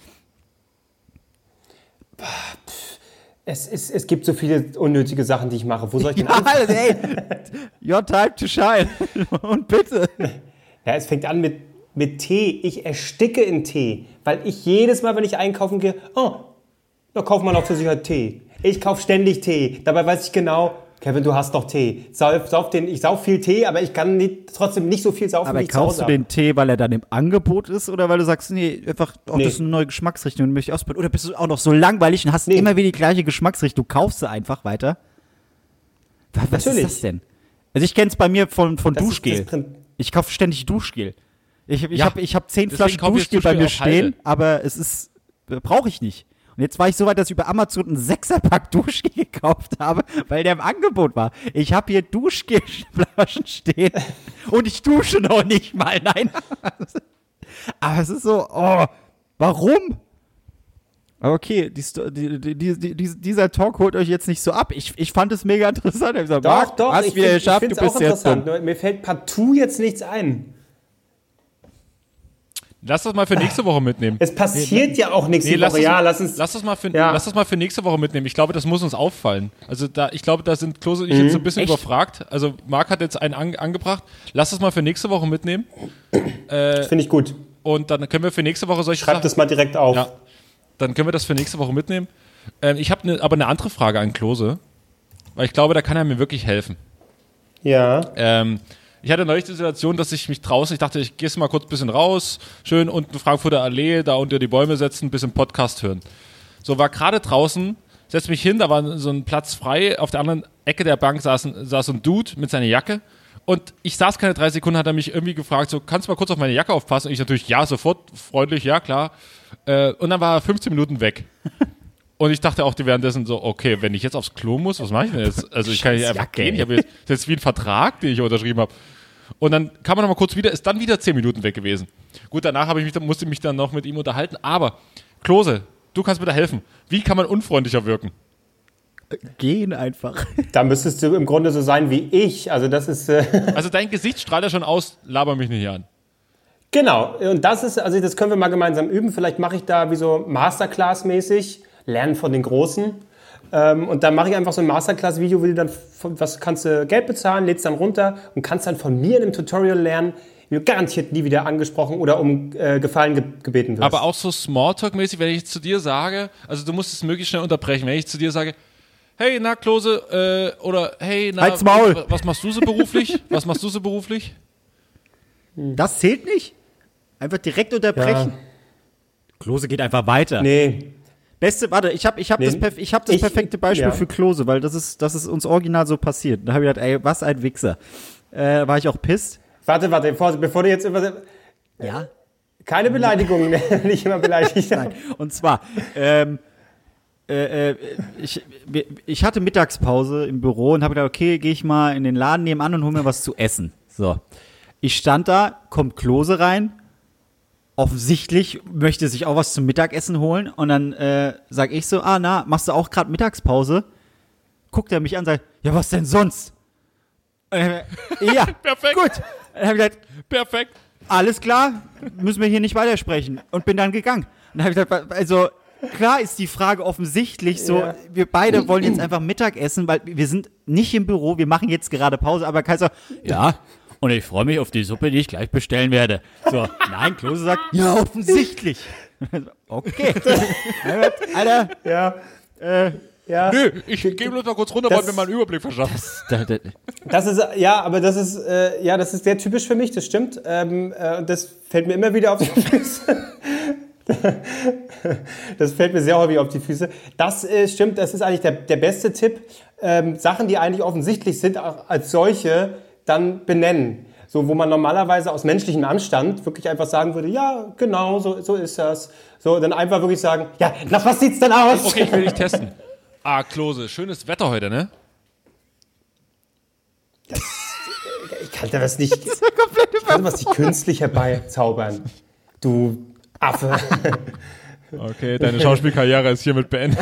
Speaker 1: Es, ist, es gibt so viele unnötige Sachen, die ich mache. Wo soll ich denn
Speaker 3: Ja,
Speaker 1: anfangen?
Speaker 3: ey, your time to shine. Und bitte.
Speaker 1: Ja, es fängt an mit, mit Tee. Ich ersticke in Tee, weil ich jedes Mal, wenn ich einkaufen gehe, oh, da kauft man auch zur Sicherheit Tee. Ich kaufe ständig Tee. Dabei weiß ich genau, Kevin, du hast doch Tee. Sauf, sauf den, ich sauf viel Tee, aber ich kann nicht, trotzdem nicht so viel saufen,
Speaker 3: Aber
Speaker 1: wie ich zu
Speaker 3: kaufst
Speaker 1: Hause
Speaker 3: du
Speaker 1: habe.
Speaker 3: den Tee, weil er dann im Angebot ist oder weil du sagst, nee, einfach, oh,
Speaker 1: Nee.
Speaker 3: das ist eine neue Geschmacksrichtung und möchte ich ausprobieren? Oder bist du auch noch so langweilig und hast
Speaker 1: Nee.
Speaker 3: immer wieder die gleiche Geschmacksrichtung, kaufst du einfach weiter? Was, was
Speaker 1: Natürlich.
Speaker 3: ist das denn? Also ich kenne es bei mir von, von
Speaker 1: Das ist
Speaker 3: Duschgel.
Speaker 1: das Prin-
Speaker 3: Ich kaufe ständig Duschgel. Ich, ich
Speaker 4: Ja,
Speaker 3: habe ich hab zehn
Speaker 4: deswegen
Speaker 3: Flaschen
Speaker 4: kaufe ich
Speaker 3: Duschgel bei
Speaker 4: Duschgel
Speaker 3: mir
Speaker 4: auf Halde.
Speaker 3: stehen, aber es ist, äh, brauche ich nicht. Und jetzt war ich so weit, dass ich über Amazon einen Sechserpack Duschgel gekauft habe, weil der im Angebot war. Ich habe hier Duschgelflaschen stehen und ich dusche noch nicht mal, nein. Aber es ist so, oh, warum? Aber okay, die, Sto- die, die, die, die, dieser Talk holt euch jetzt nicht so ab. Ich, ich fand es mega interessant. Ich hab gesagt,
Speaker 1: Doch,
Speaker 3: Marc,
Speaker 1: doch,
Speaker 3: hast
Speaker 1: ich
Speaker 3: wieder
Speaker 1: finde es
Speaker 3: geschafft, du
Speaker 1: auch
Speaker 3: bist jetzt dumm.
Speaker 1: interessant. Nur mir fällt partout jetzt nichts ein.
Speaker 4: Lass das mal für nächste Woche mitnehmen.
Speaker 1: Es passiert ja auch nichts
Speaker 4: Nee,
Speaker 1: die
Speaker 4: lass
Speaker 1: Woche.
Speaker 4: das,
Speaker 1: Ja, lass uns.
Speaker 4: lass, das mal für,
Speaker 1: Ja.
Speaker 4: lass das mal für nächste Woche mitnehmen. Ich glaube, das muss uns auffallen. Also da, ich glaube, da sind Klose und ich jetzt so ein bisschen
Speaker 3: Echt?
Speaker 4: überfragt. Also Marc hat jetzt einen an, angebracht. Lass das mal für nächste Woche mitnehmen.
Speaker 1: Finde ich gut.
Speaker 4: Und dann können wir für nächste Woche solche
Speaker 1: Schreib
Speaker 4: Sachen...
Speaker 1: das mal direkt auf.
Speaker 4: Ja, dann können wir das für nächste Woche mitnehmen. Ähm, ich habe ne, aber eine andere Frage an Klose. Weil ich glaube, da kann er mir wirklich helfen.
Speaker 1: Ja.
Speaker 4: Ähm, ich hatte neulich die Situation, dass ich mich draußen, ich dachte, ich gehe mal kurz ein bisschen raus, schön unten Frankfurter Allee, da unter die Bäume setzen, ein bisschen Podcast hören. So, war gerade draußen, setz mich hin, da war so ein Platz frei, auf der anderen Ecke der Bank saß ein, saß ein Dude mit seiner Jacke und ich saß keine drei Sekunden, hat er mich irgendwie gefragt, so, kannst du mal kurz auf meine Jacke aufpassen? Und ich natürlich, ja, sofort, freundlich, ja, klar. Äh, und dann war er fünfzehn Minuten weg. Und ich dachte auch die währenddessen so, okay, wenn ich jetzt aufs Klo muss, was mache ich denn jetzt? Also ich kann nicht einfach
Speaker 3: Jacke,
Speaker 4: gehen, ich
Speaker 3: ey.
Speaker 4: habe jetzt, das ist jetzt wie ein Vertrag, den ich unterschrieben habe. Und dann kam er noch mal kurz wieder, ist dann wieder zehn Minuten weg gewesen. Gut, danach habe ich mich, dann- musste ich mich dann noch mit ihm unterhalten. Aber, Klose, du kannst mir da helfen. Wie kann man unfreundlicher wirken?
Speaker 3: Gehen einfach.
Speaker 1: Da müsstest du im Grunde so sein wie ich. Also das ist äh,
Speaker 4: Also dein Gesicht strahlt ja schon aus, laber mich nicht hier an.
Speaker 1: genau. Und das ist, also das können wir mal gemeinsam üben. Vielleicht mache ich da wie so Masterclass-mäßig, lernen von den Großen. Ähm, und dann mache ich einfach so ein Masterclass-Video, wo du dann, von- was kannst du Geld bezahlen, lädst dann runter und kannst dann von mir in einem Tutorial lernen, wie du garantiert nie wieder angesprochen oder um äh, Gefallen ge gebeten wirst.
Speaker 4: Aber auch so Smalltalk-mäßig, wenn ich zu dir sage, also du musst es möglichst schnell unterbrechen, wenn ich zu dir sage, hey, na, Klose, äh, oder hey, na,
Speaker 3: Halt's Maul.
Speaker 4: w- was machst du so beruflich? Was machst du so beruflich?
Speaker 3: Das zählt nicht? Einfach direkt unterbrechen.
Speaker 1: Ja.
Speaker 3: Klose geht einfach weiter.
Speaker 1: Nee.
Speaker 3: Beste, warte, ich habe ich hab
Speaker 1: Nee,
Speaker 3: das, perf ich hab das
Speaker 1: ich-
Speaker 3: perfekte Beispiel
Speaker 1: ja.
Speaker 3: für Klose, weil das ist, das ist uns original so passiert. Da habe ich gedacht, ey, was ein Wichser. Äh, war ich auch pisst.
Speaker 1: Warte, warte, bevor, bevor du jetzt immer.
Speaker 3: Ja.
Speaker 1: Keine Beleidigungen, wenn ich immer beleidigt habe.
Speaker 3: Und zwar, ähm, äh, äh, ich, wir- ich hatte Mittagspause im Büro und habe gedacht, okay, gehe ich mal in den Laden nebenan und hole mir was zu essen. So. Ich stand da, kommt Klose rein. Offensichtlich möchte sich auch was zum Mittagessen holen. Und dann äh, sag ich so, ah, na, machst du auch gerade Mittagspause? Guckt er mich an und sagt, ja, was denn sonst? Äh, ja,
Speaker 4: Perfekt.
Speaker 3: gut. Dann habe ich gesagt,
Speaker 4: Perfekt.
Speaker 3: alles klar, müssen wir hier nicht weitersprechen. Und bin dann gegangen. Und dann habe ich gesagt, also klar ist die Frage offensichtlich so,
Speaker 1: Ja.
Speaker 3: wir beide wollen jetzt einfach Mittag essen, weil wir sind nicht im Büro, wir machen jetzt gerade Pause, aber Kai sagt, ja, und ich freue mich auf die Suppe, die ich gleich bestellen werde. So, nein, Klose sagt, ja, offensichtlich. Okay. Alter,
Speaker 1: Ja.
Speaker 3: äh,
Speaker 1: Ja.
Speaker 4: Nö, ich gehe bloß mal kurz runter,
Speaker 1: Das-
Speaker 4: wollte mir mal einen Überblick verschaffen.
Speaker 3: Da, da,
Speaker 1: Das ist, ja, aber das ist, äh, ja, das ist sehr typisch für mich, das stimmt. Ähm, äh, und das fällt mir immer wieder auf die Füße. Das fällt mir sehr häufig auf die Füße. Das äh, stimmt, das ist eigentlich der, der beste Tipp. Ähm, Sachen, die eigentlich offensichtlich sind, auch als solche dann benennen. So, wo man normalerweise aus menschlichem Anstand wirklich einfach sagen würde, ja, genau, so, so ist das. So, dann einfach wirklich sagen, ja, nach was sieht's denn aus?
Speaker 4: Okay, ich will dich testen. Ah, Klose, schönes Wetter heute, ne?
Speaker 1: Ich kann da was nicht, ich kann was nicht künstlich herbeizaubern. Du Affe.
Speaker 4: Okay, deine Schauspielkarriere ist hiermit beendet.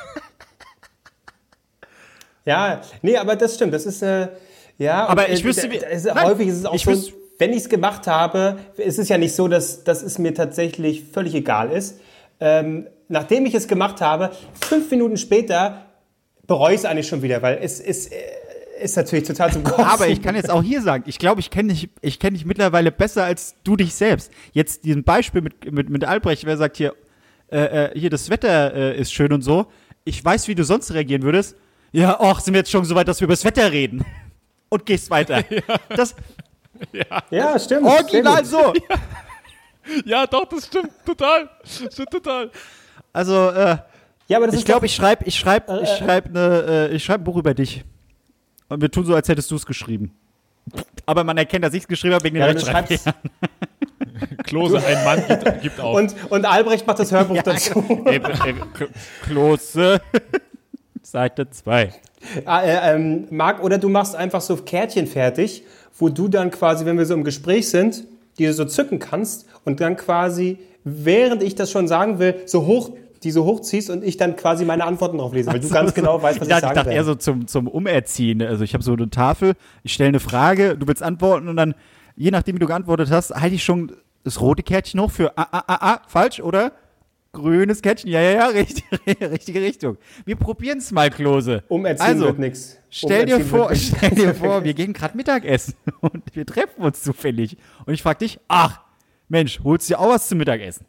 Speaker 1: Ja, nee, aber das stimmt. Das ist, äh, ja.
Speaker 3: Aber
Speaker 1: und,
Speaker 3: ich
Speaker 1: äh,
Speaker 3: wüsste,
Speaker 1: da-
Speaker 3: wie-
Speaker 1: da ist,
Speaker 3: Nein,
Speaker 1: häufig ist es auch
Speaker 3: ich
Speaker 1: so,
Speaker 3: wüsste-
Speaker 1: wenn ich es gemacht habe, ist es ja nicht so, dass, dass es mir tatsächlich völlig egal ist. Ähm, nachdem ich es gemacht habe, fünf Minuten später bereue ich es eigentlich schon wieder, weil es ist, äh, ist natürlich total zum Kotzen.
Speaker 3: aber ich kann jetzt auch hier sagen, ich glaube, ich kenne dich, ich kenne dich mittlerweile besser als du dich selbst. Jetzt diesem Beispiel mit, mit, mit Albrecht, wer sagt hier, äh, äh, hier das Wetter äh, ist schön und so. Ich weiß, wie du sonst reagieren würdest. Ja, ach, sind wir jetzt schon so weit, dass wir über das Wetter reden. Und gehst weiter. Das
Speaker 1: Ja, stimmt.
Speaker 3: original
Speaker 1: sehr gut.
Speaker 3: so.
Speaker 4: Ja, doch, das stimmt total. Stimmt total.
Speaker 3: Also, äh,
Speaker 1: Ja, aber das
Speaker 3: ich
Speaker 1: ist
Speaker 3: glaube,
Speaker 1: doch-
Speaker 3: ich schreibe ich schreib, ich schreib ne, äh, ich schreib ein Buch über dich. Und wir tun so, als hättest du es geschrieben. Aber man erkennt, dass ich es geschrieben habe wegen
Speaker 1: Ja,
Speaker 3: den
Speaker 1: wenn du
Speaker 3: Rechtschreibfehlern.
Speaker 1: schreibst,
Speaker 4: Klose, ein Mann gibt, gibt auf.
Speaker 1: und, und Albrecht macht das Hörbuch dazu.
Speaker 3: Ey, ey, K- Klose, Seite zwei.
Speaker 1: Ah, äh, ähm, Marc, oder du machst einfach so Kärtchen fertig, wo du dann quasi, wenn wir so im Gespräch sind, die du so zücken kannst und dann quasi, während ich das schon sagen will, so hoch, die so hochziehst und ich dann quasi meine Antworten drauf lese, weil du ganz genau weißt, was
Speaker 3: ich
Speaker 1: ich
Speaker 3: dachte,
Speaker 1: sagen
Speaker 3: ich dachte
Speaker 1: werde.
Speaker 3: eher so zum, zum Umerziehen. Also ich habe so eine Tafel, ich stelle eine Frage, du willst antworten und dann, je nachdem, wie du geantwortet hast, halte ich schon das rote Kärtchen hoch für ah, ah, ah, ah, falsch, oder? Grünes Kärtchen, ja, ja, ja, richtig, richtige Richtung. Wir probieren es mal, Klose.
Speaker 1: Umerziehen
Speaker 3: also,
Speaker 1: wird nix.
Speaker 3: Stell dir
Speaker 1: Umerziehen
Speaker 3: vor,
Speaker 1: wird nix.
Speaker 3: stell dir vor, wir gehen gerade Mittagessen und wir treffen uns zufällig. Und ich frage dich, ach, Mensch, holst du dir auch was zum Mittagessen?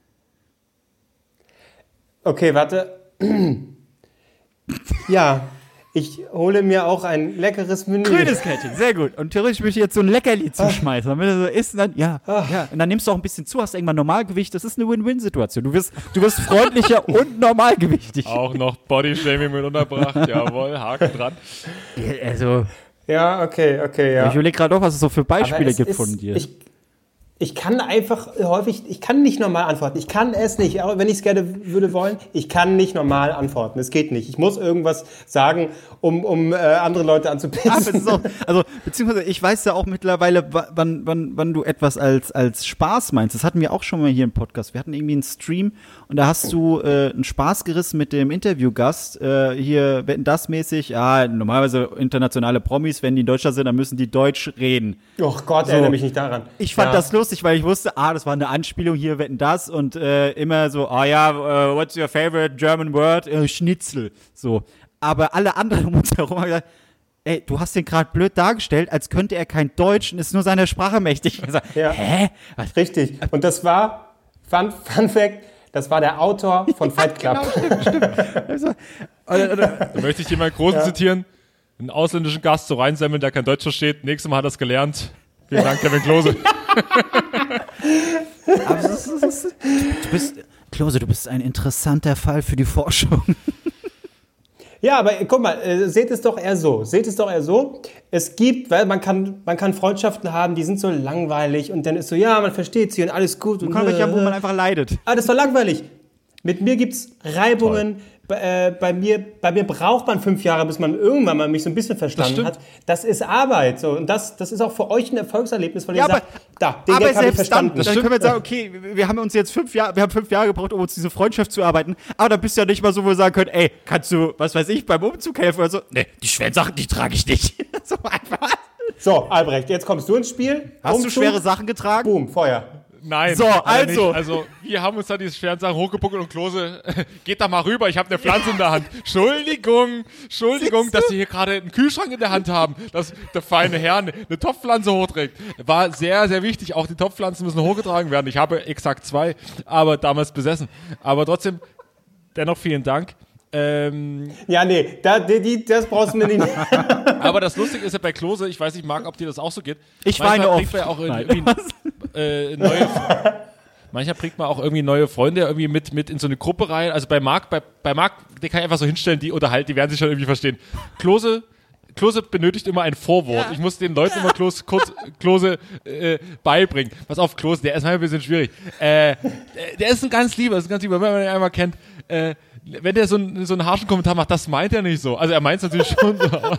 Speaker 1: Okay, warte. Ja, ich hole mir auch ein leckeres Menü.
Speaker 3: Grünes Kärtchen, sehr gut. Und theoretisch möchte ich jetzt so ein Leckerli zuschmeißen. Und wenn du so isst, dann, ja,
Speaker 1: Ah.
Speaker 3: ja. Und dann nimmst du auch ein bisschen zu, hast irgendwann Normalgewicht. Das ist eine Win-Win-Situation. Du wirst, du wirst freundlicher und normalgewichtig.
Speaker 4: Auch noch Bodyshaming mit unterbracht. Jawohl, Haken dran.
Speaker 3: Also,
Speaker 1: Ja, okay, okay, ja.
Speaker 3: ich überlege gerade auch, was es so für
Speaker 1: Aber
Speaker 3: Beispiele
Speaker 1: es
Speaker 3: gibt
Speaker 1: ist-
Speaker 3: von dir.
Speaker 1: Ich, ich kann einfach häufig, ich kann nicht normal antworten. Ich kann es nicht, auch wenn ich es gerne würde wollen. Ich kann nicht normal antworten. Es geht nicht. Ich muss irgendwas sagen, um, um äh, andere Leute
Speaker 3: Aber es
Speaker 1: anzupissen.
Speaker 3: ist auch, also, beziehungsweise ich weiß ja auch mittlerweile, wa- wann, wann, wann du etwas als, als Spaß meinst. Das hatten wir auch schon mal hier im Podcast. Wir hatten irgendwie einen Stream und da hast du äh, einen Spaß gerissen mit dem Interviewgast. Äh, hier, wetten das mäßig, ja, normalerweise internationale Promis, wenn die in Deutschland sind, dann müssen die Deutsch reden.
Speaker 1: Och Gott,
Speaker 3: So.
Speaker 1: erinnere mich nicht daran.
Speaker 3: Ich fand
Speaker 1: ja.
Speaker 3: das lustig, weil ich wusste, ah, das war eine Anspielung hier, wetten das und äh, immer so, ah ja, äh, what's your favorite German word? Äh, Schnitzel. So. Aber alle anderen um uns herum haben gesagt, ey, du hast den gerade blöd dargestellt, als könnte er kein Deutsch und ist nur seiner Sprache mächtig. Ich hab gesagt,
Speaker 1: Ja.
Speaker 3: hä? Was?
Speaker 1: Richtig. Und das war, Fun, Fun Fact, das war der Autor von Fight Club.
Speaker 3: Also, oder, oder,
Speaker 4: Da möchte ich jemanden Großen zitieren. Einen ausländischen Gast so reinsammeln, der kein Deutsch versteht. Nächstes Mal hat er es gelernt. Vielen Dank, Kevin Klose.
Speaker 3: aber es ist, es ist, du bist, Klose, du bist ein interessanter Fall für die Forschung.
Speaker 1: Ja, aber guck mal, äh, seht es doch eher so. Seht es doch eher so. Es gibt, weil man kann, man kann Freundschaften haben, die sind so langweilig und dann ist so, ja, man versteht sie und alles gut. Und,
Speaker 3: Man kann welche haben, wo
Speaker 1: äh,
Speaker 3: man einfach leidet.
Speaker 1: Ah, das ist doch langweilig. Mit mir gibt's Reibungen. Bei, äh, bei, mir, bei mir braucht man fünf Jahre, bis man irgendwann mal mich so ein bisschen verstanden
Speaker 4: stimmt.
Speaker 1: hat. Das ist Arbeit. So. Und das, das ist auch für euch ein Erfolgserlebnis, weil ihr
Speaker 3: Ja,
Speaker 1: sagt, da, den
Speaker 3: aber
Speaker 1: Gag habe ich
Speaker 3: selbst dann,
Speaker 1: verstanden.
Speaker 3: dann können wir jetzt sagen, okay, wir haben uns jetzt fünf Jahre, wir haben fünf Jahre gebraucht, um uns diese Freundschaft zu erarbeiten, aber dann bist du ja nicht mal so, wo wir sagen können, ey, kannst du, was weiß ich, beim Umzug helfen oder so? Nee, die schweren Sachen, die trage ich nicht. So einfach.
Speaker 1: So, Albrecht, jetzt kommst du ins Spiel.
Speaker 3: Hast du
Speaker 1: Umzug,
Speaker 3: schwere Sachen getragen?
Speaker 1: Boom, Feuer.
Speaker 4: Nein.
Speaker 3: So,
Speaker 4: hat er
Speaker 3: also.
Speaker 4: Nicht. Also, wir haben uns da diese schweren Sachen hochgepuckelt und Klose, geht da mal rüber, ich habe eine Pflanze in der Hand. Entschuldigung, Entschuldigung, dass Sie hier gerade einen Kühlschrank in der Hand haben, dass der feine Herr eine, eine Topfpflanze hochträgt. War sehr, sehr wichtig. Auch die Topfpflanzen müssen hochgetragen werden. Ich habe exakt zwei, aber damals besessen. Aber trotzdem, dennoch vielen Dank. Ähm,
Speaker 1: Ja, nee, da, die, die, das brauchst du mir nicht.
Speaker 4: aber das Lustige ist ja bei Klose, ich weiß nicht, Marc, ob dir das auch so geht.
Speaker 3: Ich
Speaker 4: Manchmal
Speaker 3: weine
Speaker 4: bringt man ja
Speaker 3: oft.
Speaker 4: auch
Speaker 3: Nein.
Speaker 4: irgendwie äh, neue, manchmal bringt man auch irgendwie neue Freunde irgendwie mit, mit in so eine Gruppe rein. Also bei Marc, bei, bei Marc, den kann ich einfach so hinstellen, die unterhalten, die werden sich schon irgendwie verstehen. Klose, Klose benötigt immer ein Vorwort. Ich muss den Leuten immer Klose, kurz Klose äh, beibringen. Pass auf, Klose, der ist manchmal ein bisschen schwierig. Äh, der ist ein ganz lieber, ist ein ganz lieber, wenn man ihn einmal kennt. Äh, wenn der so, ein, so einen harschen Kommentar macht, das meint er nicht so. Also er meint es natürlich schon so. Aber,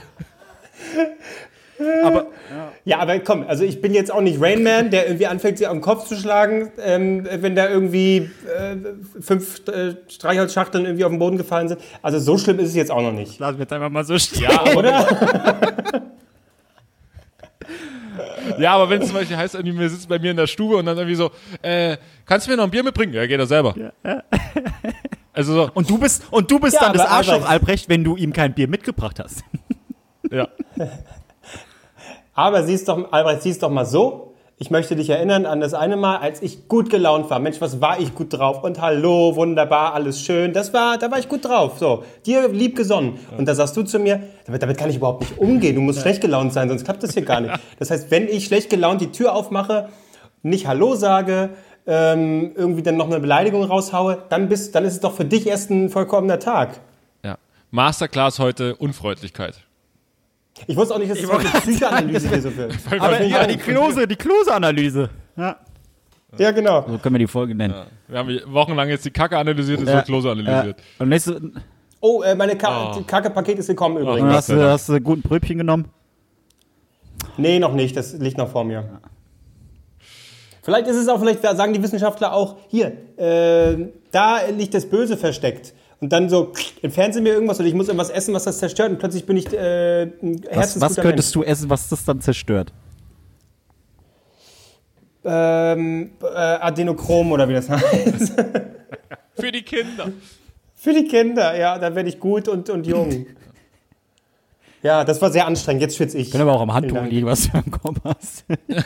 Speaker 3: Aber
Speaker 1: Ja, aber komm, also ich bin jetzt auch nicht Rain Man, der irgendwie anfängt, sich auf den Kopf zu schlagen, ähm, wenn da irgendwie äh, fünf äh, Streichholzschachteln irgendwie auf den Boden gefallen sind. Also so schlimm ist es jetzt auch noch nicht.
Speaker 3: lassen wir jetzt einfach mal so stehen.
Speaker 4: ja, aber,
Speaker 1: Oder?
Speaker 4: ja, aber wenn es zum Beispiel heißt, irgendwie, wir sitzen bei mir in der Stube und dann irgendwie so, äh, kannst du mir noch ein Bier mitbringen? Ja, geht er selber. Also so,
Speaker 3: Und du bist, und du bist
Speaker 1: Ja,
Speaker 3: dann das
Speaker 1: aber
Speaker 3: Arschloch,
Speaker 1: Albrecht-
Speaker 3: Albrecht, wenn du ihm kein Bier mitgebracht hast.
Speaker 4: ja.
Speaker 1: Aber siehst doch, Albrecht, siehst doch mal so. Ich möchte dich erinnern an das eine Mal, als ich gut gelaunt war. Mensch, was war ich gut drauf? Und hallo, wunderbar, alles schön. Das war, da war ich gut drauf. So, dir lieb gesonnen. Und da sagst du zu mir, damit, damit kann ich überhaupt nicht umgehen. Du musst schlecht gelaunt sein, sonst klappt das hier gar nicht. Das heißt, wenn ich schlecht gelaunt die Tür aufmache, nicht Hallo sage, ähm, irgendwie dann noch eine Beleidigung raushaue, dann bist, dann ist es doch für dich erst ein vollkommener Tag.
Speaker 4: ja. Masterclass heute, Unfreundlichkeit.
Speaker 1: Ich wusste auch nicht, dass es heute eine Psychoanalyse hier so wird.
Speaker 3: Aber ja, die Klose, die Klose-Analyse. Ja.
Speaker 1: Ja, genau.
Speaker 3: So können wir die Folge nennen.
Speaker 4: Wir haben wochenlang jetzt die Kacke analysiert, jetzt
Speaker 3: Ja.
Speaker 4: wird Klose analysiert.
Speaker 3: Ja. Und nächste, und
Speaker 1: Oh, äh, meine Ka
Speaker 4: Oh.
Speaker 1: Kacke-Paket ist gekommen übrigens.
Speaker 3: hast du hast du guten Brötchen genommen?
Speaker 1: Nee, noch nicht. Das liegt noch vor mir. Vielleicht ist es auch, vielleicht sagen die Wissenschaftler auch, hier, äh, da liegt das Böse versteckt. Und dann so, entfernen sie mir irgendwas oder ich muss irgendwas essen, was das zerstört und plötzlich bin ich äh, ein
Speaker 3: Was,
Speaker 1: herzensguter
Speaker 3: was könntest du essen, was das dann zerstört?
Speaker 1: Mensch. Ähm, äh, Adenochrom oder wie das heißt.
Speaker 4: Für die Kinder.
Speaker 1: Für die Kinder, ja, da werde ich gut und, und jung. Ja, das war sehr anstrengend. Jetzt schwitze ich.
Speaker 3: Können aber auch am Handtuch
Speaker 1: Vielen Dank.
Speaker 3: liegen, was du am Kopf hast.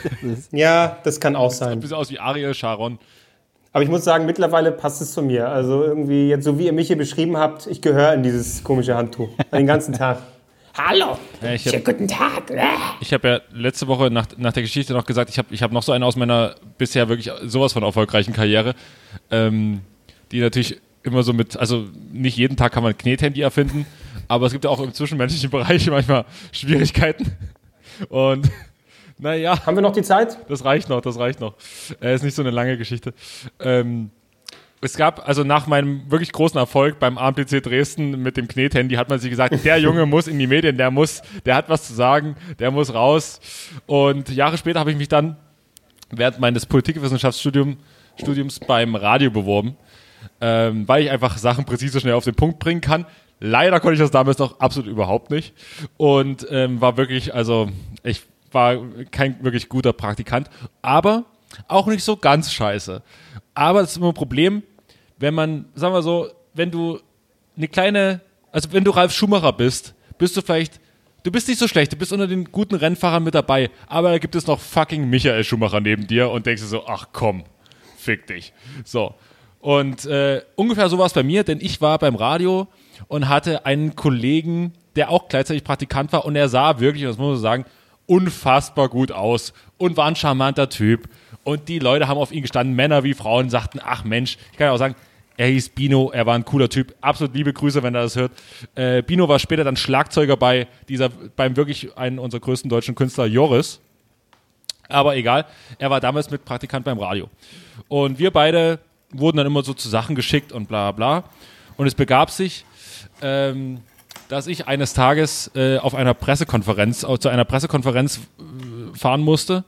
Speaker 1: Ja, das kann auch
Speaker 4: Ein
Speaker 1: sein.
Speaker 4: bisschen aus wie Ariel Sharon.
Speaker 1: Aber ich muss sagen, mittlerweile passt es zu mir. Also irgendwie, jetzt so wie ihr mich hier beschrieben habt, ich gehöre in dieses komische Handtuch. Den ganzen Tag. Hallo,
Speaker 4: Ja, ich hab-
Speaker 1: schönen guten Tag.
Speaker 4: Ich habe ja letzte Woche nach, nach der Geschichte noch gesagt, ich habe ich hab noch so eine aus meiner bisher wirklich sowas von erfolgreichen Karriere, ähm, die natürlich immer so mit, also nicht jeden Tag kann man ein Knethandy erfinden, aber es gibt ja auch im zwischenmenschlichen Bereich manchmal Schwierigkeiten. Und naja,
Speaker 1: Haben wir noch die Zeit?
Speaker 4: das reicht noch, das reicht noch. Äh, ist nicht so eine lange Geschichte. Ähm, es gab, also nach meinem wirklich großen Erfolg beim A M P C Dresden mit dem Knethandy hat man sich gesagt, der Junge muss in die Medien, der muss, der hat was zu sagen, der muss raus. Und Jahre später habe ich mich dann während meines Politikwissenschaftsstudiums Studiums beim Radio beworben, ähm, weil ich einfach Sachen präzise schnell auf den Punkt bringen kann. Leider konnte ich das damals noch absolut überhaupt nicht und ähm, war wirklich, also ich war kein wirklich guter Praktikant, aber auch nicht so ganz scheiße. Aber das ist immer ein Problem, wenn man, sagen wir so, wenn du eine kleine, also wenn du Ralf Schumacher bist, bist du vielleicht, du bist nicht so schlecht, du bist unter den guten Rennfahrern mit dabei, aber da gibt es noch fucking Michael Schumacher neben dir und denkst dir so, ach komm, fick dich. So. Und äh, ungefähr so war es bei mir, denn ich war beim Radio und hatte einen Kollegen, der auch gleichzeitig Praktikant war und er sah wirklich, das muss man so sagen, unfassbar gut aus und war ein charmanter Typ. Und die Leute haben auf ihn gestanden, Männer wie Frauen, sagten, ach Mensch, ich kann ja auch sagen, er hieß Bino, er war ein cooler Typ. Absolut liebe Grüße, wenn er das hört. Äh, Bino war später dann Schlagzeuger bei dieser, beim wirklich einen unserer größten deutschen Künstler, Joris. Aber egal, er war damals mit Praktikant beim Radio. Und wir beide wurden dann immer so zu Sachen geschickt und bla bla. Und es begab sich, ähm, dass ich eines Tages äh, auf einer Pressekonferenz, äh, zu einer Pressekonferenz äh, fahren musste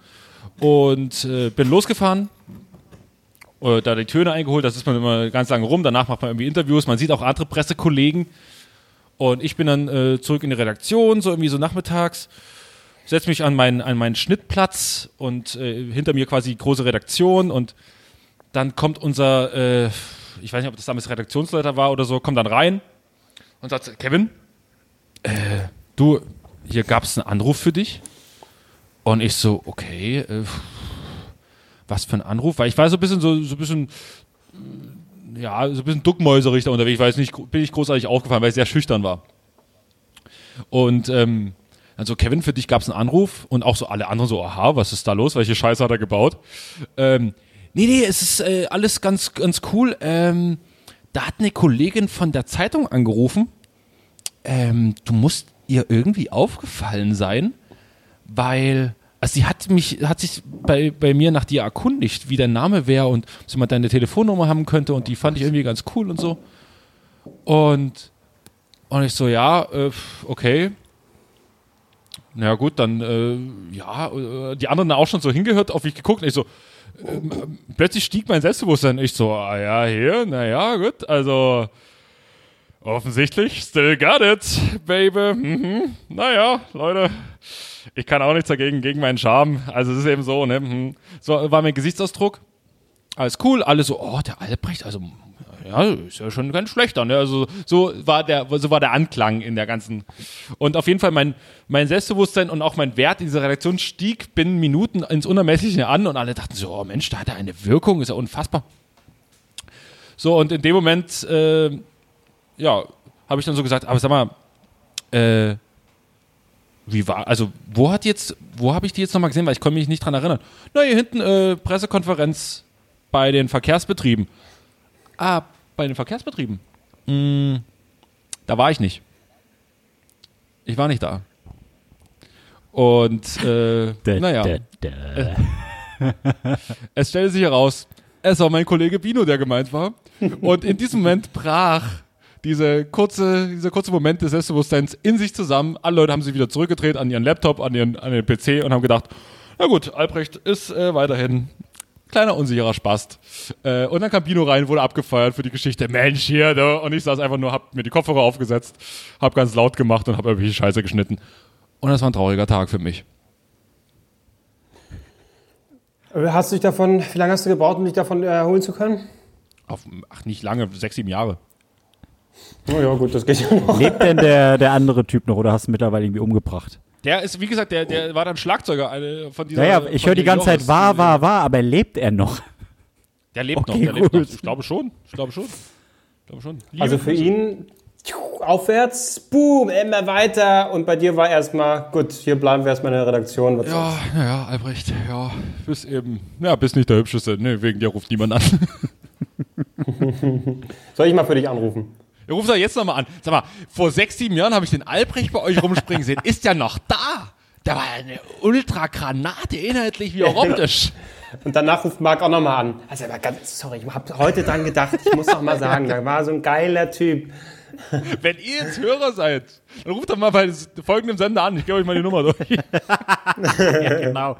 Speaker 4: und äh, bin losgefahren, äh, da die Töne eingeholt, das ist man immer ganz lange rum, danach macht man irgendwie Interviews, man sieht auch andere Pressekollegen und ich bin dann äh, zurück in die Redaktion, so irgendwie so nachmittags, setze mich an meinen, an meinen Schnittplatz und äh, hinter mir quasi die große Redaktion und dann kommt unser, äh, ich weiß nicht, ob das damals Redaktionsleiter war oder so, kommt dann rein und sagt, Kevin, äh, du, hier gab es einen Anruf für dich. Und ich so, okay, äh, was für ein Anruf? Weil ich war so ein bisschen, so, so ein bisschen ja, so ein bisschen duckmäuserig da unterwegs. Ich weiß nicht, bin ich großartig aufgefallen, weil ich sehr schüchtern war. Und ähm, also Kevin, für dich gab es einen Anruf und auch so alle anderen so, aha, was ist da los? Welche Scheiße hat er gebaut? Ähm, nee, nee, es ist äh, alles ganz, ganz cool. Ähm, da hat eine Kollegin von der Zeitung angerufen. Ähm, du musst ihr irgendwie aufgefallen sein, weil, also sie hat mich, hat sich bei, bei mir nach dir erkundigt, wie dein Name wäre und ob sie mal deine Telefonnummer haben könnte und die fand ich irgendwie ganz cool und so. Und, und ich so, ja, äh, okay. Na ja, gut, dann, äh, ja, äh, die anderen auch schon so hingehört, auf mich geguckt und ich so, äh, plötzlich stieg mein Selbstbewusstsein. Ich so, ah ja, hier, naja, gut, also offensichtlich, still got it, baby. Mhm. Naja, Leute, ich kann auch nichts dagegen, gegen meinen Charme. Also es ist eben so, ne? Mhm. So war mein Gesichtsausdruck. Alles cool, alle so, oh, der Albrecht, also ja, ist ja schon ganz schlechter, ne? Also so war der, so war der Anklang in der ganzen. Und auf jeden Fall mein, mein Selbstbewusstsein und auch mein Wert in dieser Redaktion stieg binnen Minuten ins Unermessliche an und alle dachten so, oh Mensch, da hat er eine Wirkung, ist ja unfassbar. So, und in dem Moment, äh, ja, habe ich dann so gesagt, aber sag mal, äh, wie war, also wo hat jetzt, wo habe ich die jetzt nochmal gesehen, weil ich konnte mich nicht dran erinnern. Na, hier hinten, äh, Pressekonferenz bei den Verkehrsbetrieben. Ah, bei den Verkehrsbetrieben? Mm, da war ich nicht. Ich war nicht da. Und, äh,
Speaker 3: Da,
Speaker 4: naja.
Speaker 3: da, da.
Speaker 4: Es stellte sich heraus, es war mein Kollege Bino, der gemeint war. Und in diesem Moment brach diese kurze, dieser kurze Moment des Selbstbewusstseins in sich zusammen. Alle Leute haben sich wieder zurückgedreht an ihren Laptop, an ihren, an den P C und haben gedacht, na gut, Albrecht ist äh, weiterhin kleiner unsicherer Spast. Äh, und dann kam Bino rein, wurde abgefeiert für die Geschichte. Mensch, hier, da. Und ich saß einfach nur, hab mir die Kopfhörer aufgesetzt, hab ganz laut gemacht und hab irgendwelche Scheiße geschnitten. Und das war ein trauriger Tag für mich.
Speaker 1: Hast du dich davon, wie lange hast du gebraucht, um dich davon erholen zu können?
Speaker 4: Auf, ach, nicht lange, sechs, sieben Jahre.
Speaker 1: Oh ja, gut, das geht ja noch.
Speaker 3: Lebt denn der, der andere Typ noch oder hast du ihn mittlerweile irgendwie umgebracht?
Speaker 4: Der ist, wie gesagt, der, der war dann Schlagzeuger eine, von dieser.
Speaker 3: Naja, ich
Speaker 4: von
Speaker 3: höre die
Speaker 4: dem
Speaker 3: ganze Zeit,
Speaker 4: Joris,
Speaker 3: war,
Speaker 4: die-
Speaker 3: war, war, aber lebt er noch?
Speaker 4: Der lebt
Speaker 3: Okay,
Speaker 4: noch, der lebt
Speaker 3: gut.
Speaker 4: noch. Ich glaube schon. Ich glaube schon. Ich glaube schon. Liebe
Speaker 1: Also für
Speaker 4: Grüße.
Speaker 1: ihn aufwärts, boom, immer weiter. Und bei dir war erstmal, gut, hier bleiben wir erstmal in der Redaktion. Was
Speaker 4: Ja, naja, Albrecht, ja, bist eben, ja, bist nicht der Hübscheste. Ne, wegen dir ruft niemand an.
Speaker 1: Soll ich mal für dich anrufen?
Speaker 4: Ihr ruft doch jetzt nochmal an. Sag mal, vor sechs, sieben Jahren habe ich den Albrecht bei euch rumspringen sehen. Ist ja noch da. Der war eine Ultragranate, inhaltlich wie auch optisch.
Speaker 1: Und danach ruft Marc auch nochmal an. Also, aber ganz, sorry, ich habe heute dran gedacht, ich muss noch mal sagen, da war so ein geiler Typ.
Speaker 4: Wenn ihr jetzt Hörer seid, dann ruft doch mal bei folgendem Sender an. Ich gebe euch mal die Nummer durch.
Speaker 3: Ja, genau.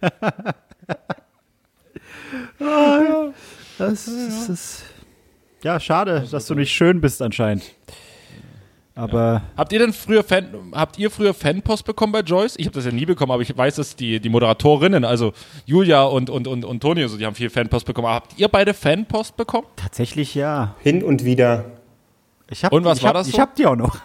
Speaker 3: Das ist, ist ja schade, dass du nicht schön bist anscheinend. Aber
Speaker 4: Habt ihr denn früher Fan, habt ihr früher Fanpost bekommen bei Joyce? Ich habe das ja nie bekommen, aber ich weiß, dass die, die Moderatorinnen, also Julia und, und, und, und Toni, also die haben viel Fanpost bekommen. Aber habt ihr beide Fanpost bekommen?
Speaker 3: tatsächlich ja.
Speaker 1: Hin und wieder.
Speaker 3: Ich hab,
Speaker 4: Und was
Speaker 3: ich
Speaker 4: war
Speaker 3: hab,
Speaker 4: das so?
Speaker 3: Ich hab die auch noch.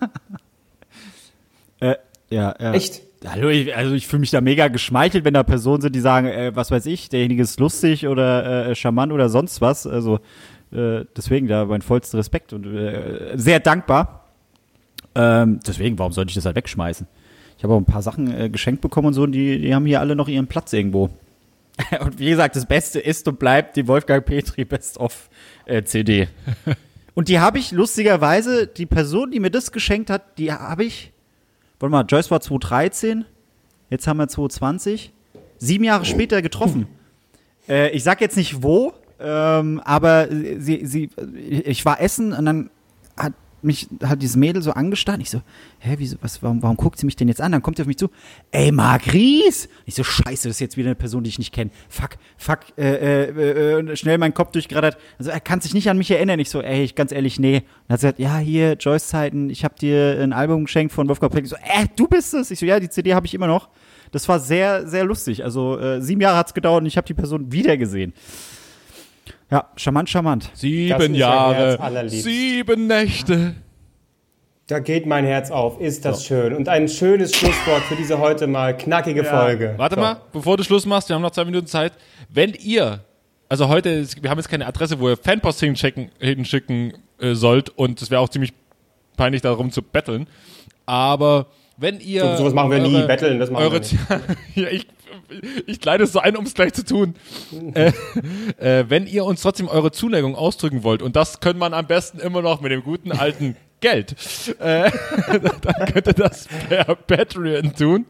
Speaker 3: äh, ja, ja.
Speaker 1: Echt?
Speaker 3: Hallo, ich, also ich fühle mich da mega geschmeichelt, wenn da Personen sind, die sagen, äh, was weiß ich, derjenige ist lustig oder äh, charmant oder sonst was. Also äh, deswegen da mein vollster Respekt und äh, sehr dankbar. Ähm, deswegen, warum sollte ich das halt wegschmeißen? Ich habe auch ein paar Sachen äh, geschenkt bekommen und so, und die, die haben hier alle noch ihren Platz irgendwo. Und wie gesagt, das Beste ist und bleibt die Wolfgang Petri Best-of-C D. Und die habe ich lustigerweise, die Person, die mir das geschenkt hat, die habe ich, warte mal, Joyce war zwanzig dreizehn, jetzt haben wir zwanzig zwanzig, sieben Jahre später getroffen. Äh, ich sag jetzt nicht wo, ähm, aber sie, sie, ich war essen und dann hat mich hat dieses Mädel so angestarrt. Ich so, hä, wieso, was, warum, warum guckt sie mich denn jetzt an? Dann kommt sie auf mich zu, ey, Marc Ries! Ich so, scheiße, das ist jetzt wieder eine Person, die ich nicht kenne. Fuck, fuck, äh, äh, äh, schnell meinen Kopf durchgerattert. Also, er kann sich nicht an mich erinnern. Ich so, ey, ich, ganz ehrlich, nee. Dann hat sie gesagt, ja, hier, Joyce-Zeiten, ich habe dir ein Album geschenkt von Wolfgang Petri. Ich so, äh, du bist es? Ich so, ja, die C D habe ich immer noch. Das war sehr, sehr lustig. Also, äh, sieben Jahre hat's gedauert und ich habe die Person wieder gesehen. Ja, charmant, charmant.
Speaker 1: Das
Speaker 4: Sieben
Speaker 1: ist ein Herz
Speaker 4: Jahre,
Speaker 1: allerliebst.
Speaker 4: sieben Nächte.
Speaker 1: Da geht mein Herz auf, ist das schön. Und ein schönes Schlusswort für diese heute mal knackige Folge.
Speaker 4: Warte
Speaker 1: So.
Speaker 4: mal, bevor du Schluss machst, wir haben noch zwei Minuten Zeit. Wenn ihr also heute, ist, wir haben jetzt keine Adresse, wo ihr Fanpost hinschicken, hinschicken äh, sollt und es wäre auch ziemlich peinlich, darum zu betteln. Aber wenn ihr...
Speaker 1: So, sowas machen wir
Speaker 4: eure,
Speaker 1: nie, betteln, das machen
Speaker 4: eure,
Speaker 1: wir nicht.
Speaker 4: ja, ich, ich leite es so ein, um es gleich zu tun. äh, äh, wenn ihr uns trotzdem eure Zuneigung ausdrücken wollt, und das kann man am besten immer noch mit dem guten alten Geld, äh, dann könnt ihr das per Patreon tun.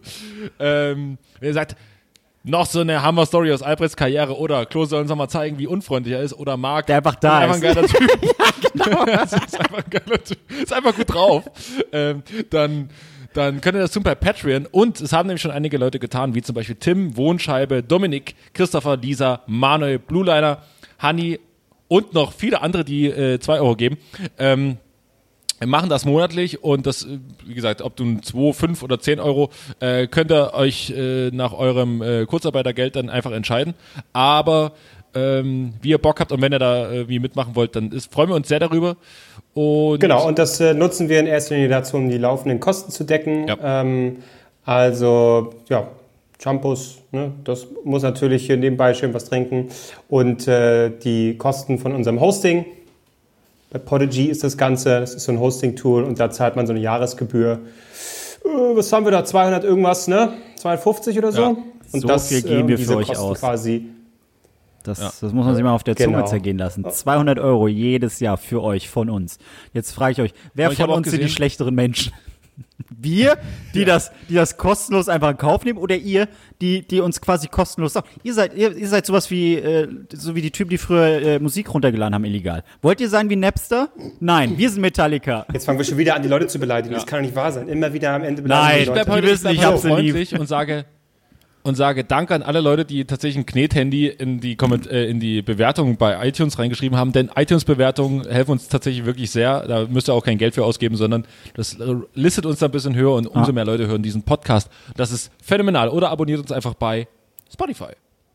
Speaker 4: Ähm, wenn ihr sagt, noch so eine Hammer-Story aus Albrechts Karriere oder Klo soll uns noch mal zeigen, wie unfreundlich er ist oder Marc.
Speaker 3: Der einfach da
Speaker 4: einfach
Speaker 3: ist.
Speaker 4: Ein geiler Typ. ja, genau. Das ist einfach ein geiler Typ. Ist einfach gut drauf. Ähm, dann, dann könnt ihr das tun bei Patreon. Und es haben nämlich schon einige Leute getan, wie zum Beispiel Tim, Wohnscheibe, Dominik, Christopher, Lisa, Manuel, Blueliner, Hanni und noch viele andere, die äh, zwei Euro geben. Ähm, Wir machen das monatlich und das, wie gesagt, ob du zwei, fünf oder zehn Euro, äh, könnt ihr euch äh, nach eurem äh, Kurzarbeitergeld dann einfach entscheiden. Aber ähm, wie ihr Bock habt und wenn ihr da äh, wie mitmachen wollt, dann ist, freuen wir uns sehr darüber. Und
Speaker 1: Genau, und das äh, nutzen wir in erster Linie dazu, um die laufenden Kosten zu decken.
Speaker 4: Ja.
Speaker 1: Ähm, also, ja, Shampoos, ne, das muss natürlich hier nebenbei schön was trinken. Und äh, die Kosten von unserem Hosting. Bei Podigy ist das Ganze, das ist so ein Hosting-Tool und da zahlt man so eine Jahresgebühr. Äh, was haben wir da? zweihundert irgendwas, ne? zweihundertfünfzig oder so?
Speaker 4: Ja.
Speaker 1: Und
Speaker 3: So
Speaker 1: das,
Speaker 3: viel geben
Speaker 1: äh,
Speaker 3: wir
Speaker 1: diese
Speaker 3: für euch
Speaker 1: Kosten
Speaker 3: aus.
Speaker 1: Quasi.
Speaker 3: Das,
Speaker 4: Ja.
Speaker 3: das muss man sich mal auf der Zunge
Speaker 1: Genau.
Speaker 3: zergehen lassen. zweihundert Euro jedes Jahr für euch, von uns. Jetzt frage ich euch, wer
Speaker 4: Aber ich
Speaker 3: von
Speaker 4: hab auch
Speaker 3: uns sind die
Speaker 4: gesehen-
Speaker 3: schlechteren Menschen? Wir, die, das, die das kostenlos einfach in Kauf nehmen, oder ihr, die, die uns quasi kostenlos sagen? Ihr seid, ihr, ihr seid sowas wie, äh, so wie die Typen, die früher äh, Musik runtergeladen haben, illegal. Wollt ihr sein wie Napster? Nein, wir sind Metallica.
Speaker 1: Jetzt fangen wir schon wieder an, die Leute zu beleidigen. Das kann doch nicht wahr sein. Immer wieder am Ende beleidigen
Speaker 3: Nein,
Speaker 1: die
Speaker 4: Ich bleib
Speaker 1: Leute.
Speaker 4: heute
Speaker 3: Die wissen,
Speaker 4: ich
Speaker 3: ich
Speaker 4: bleib
Speaker 3: hab
Speaker 4: so
Speaker 3: sie
Speaker 4: freundlich und sage und sage Danke an alle Leute, die tatsächlich ein Knethandy in die Komment äh, in die Bewertungen bei iTunes reingeschrieben haben, denn iTunes-Bewertungen helfen uns tatsächlich wirklich sehr. Da müsst ihr auch kein Geld für ausgeben, sondern das äh, listet uns da ein bisschen höher und umso
Speaker 3: Ah.
Speaker 4: mehr Leute hören diesen Podcast. Das ist phänomenal. Oder abonniert uns einfach bei Spotify.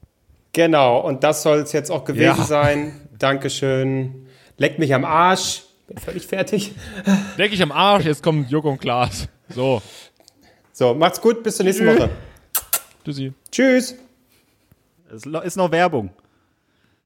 Speaker 1: Genau, und das soll es jetzt auch gewesen
Speaker 3: Ja.
Speaker 1: sein. Dankeschön. Leckt mich am Arsch. Bin völlig fertig.
Speaker 4: Leck ich am Arsch, jetzt kommen Joko und Klaas. So,
Speaker 1: So, macht's gut, bis zur nächsten Woche.
Speaker 4: tschüssi.
Speaker 1: Tschüss.
Speaker 3: Es ist noch Werbung.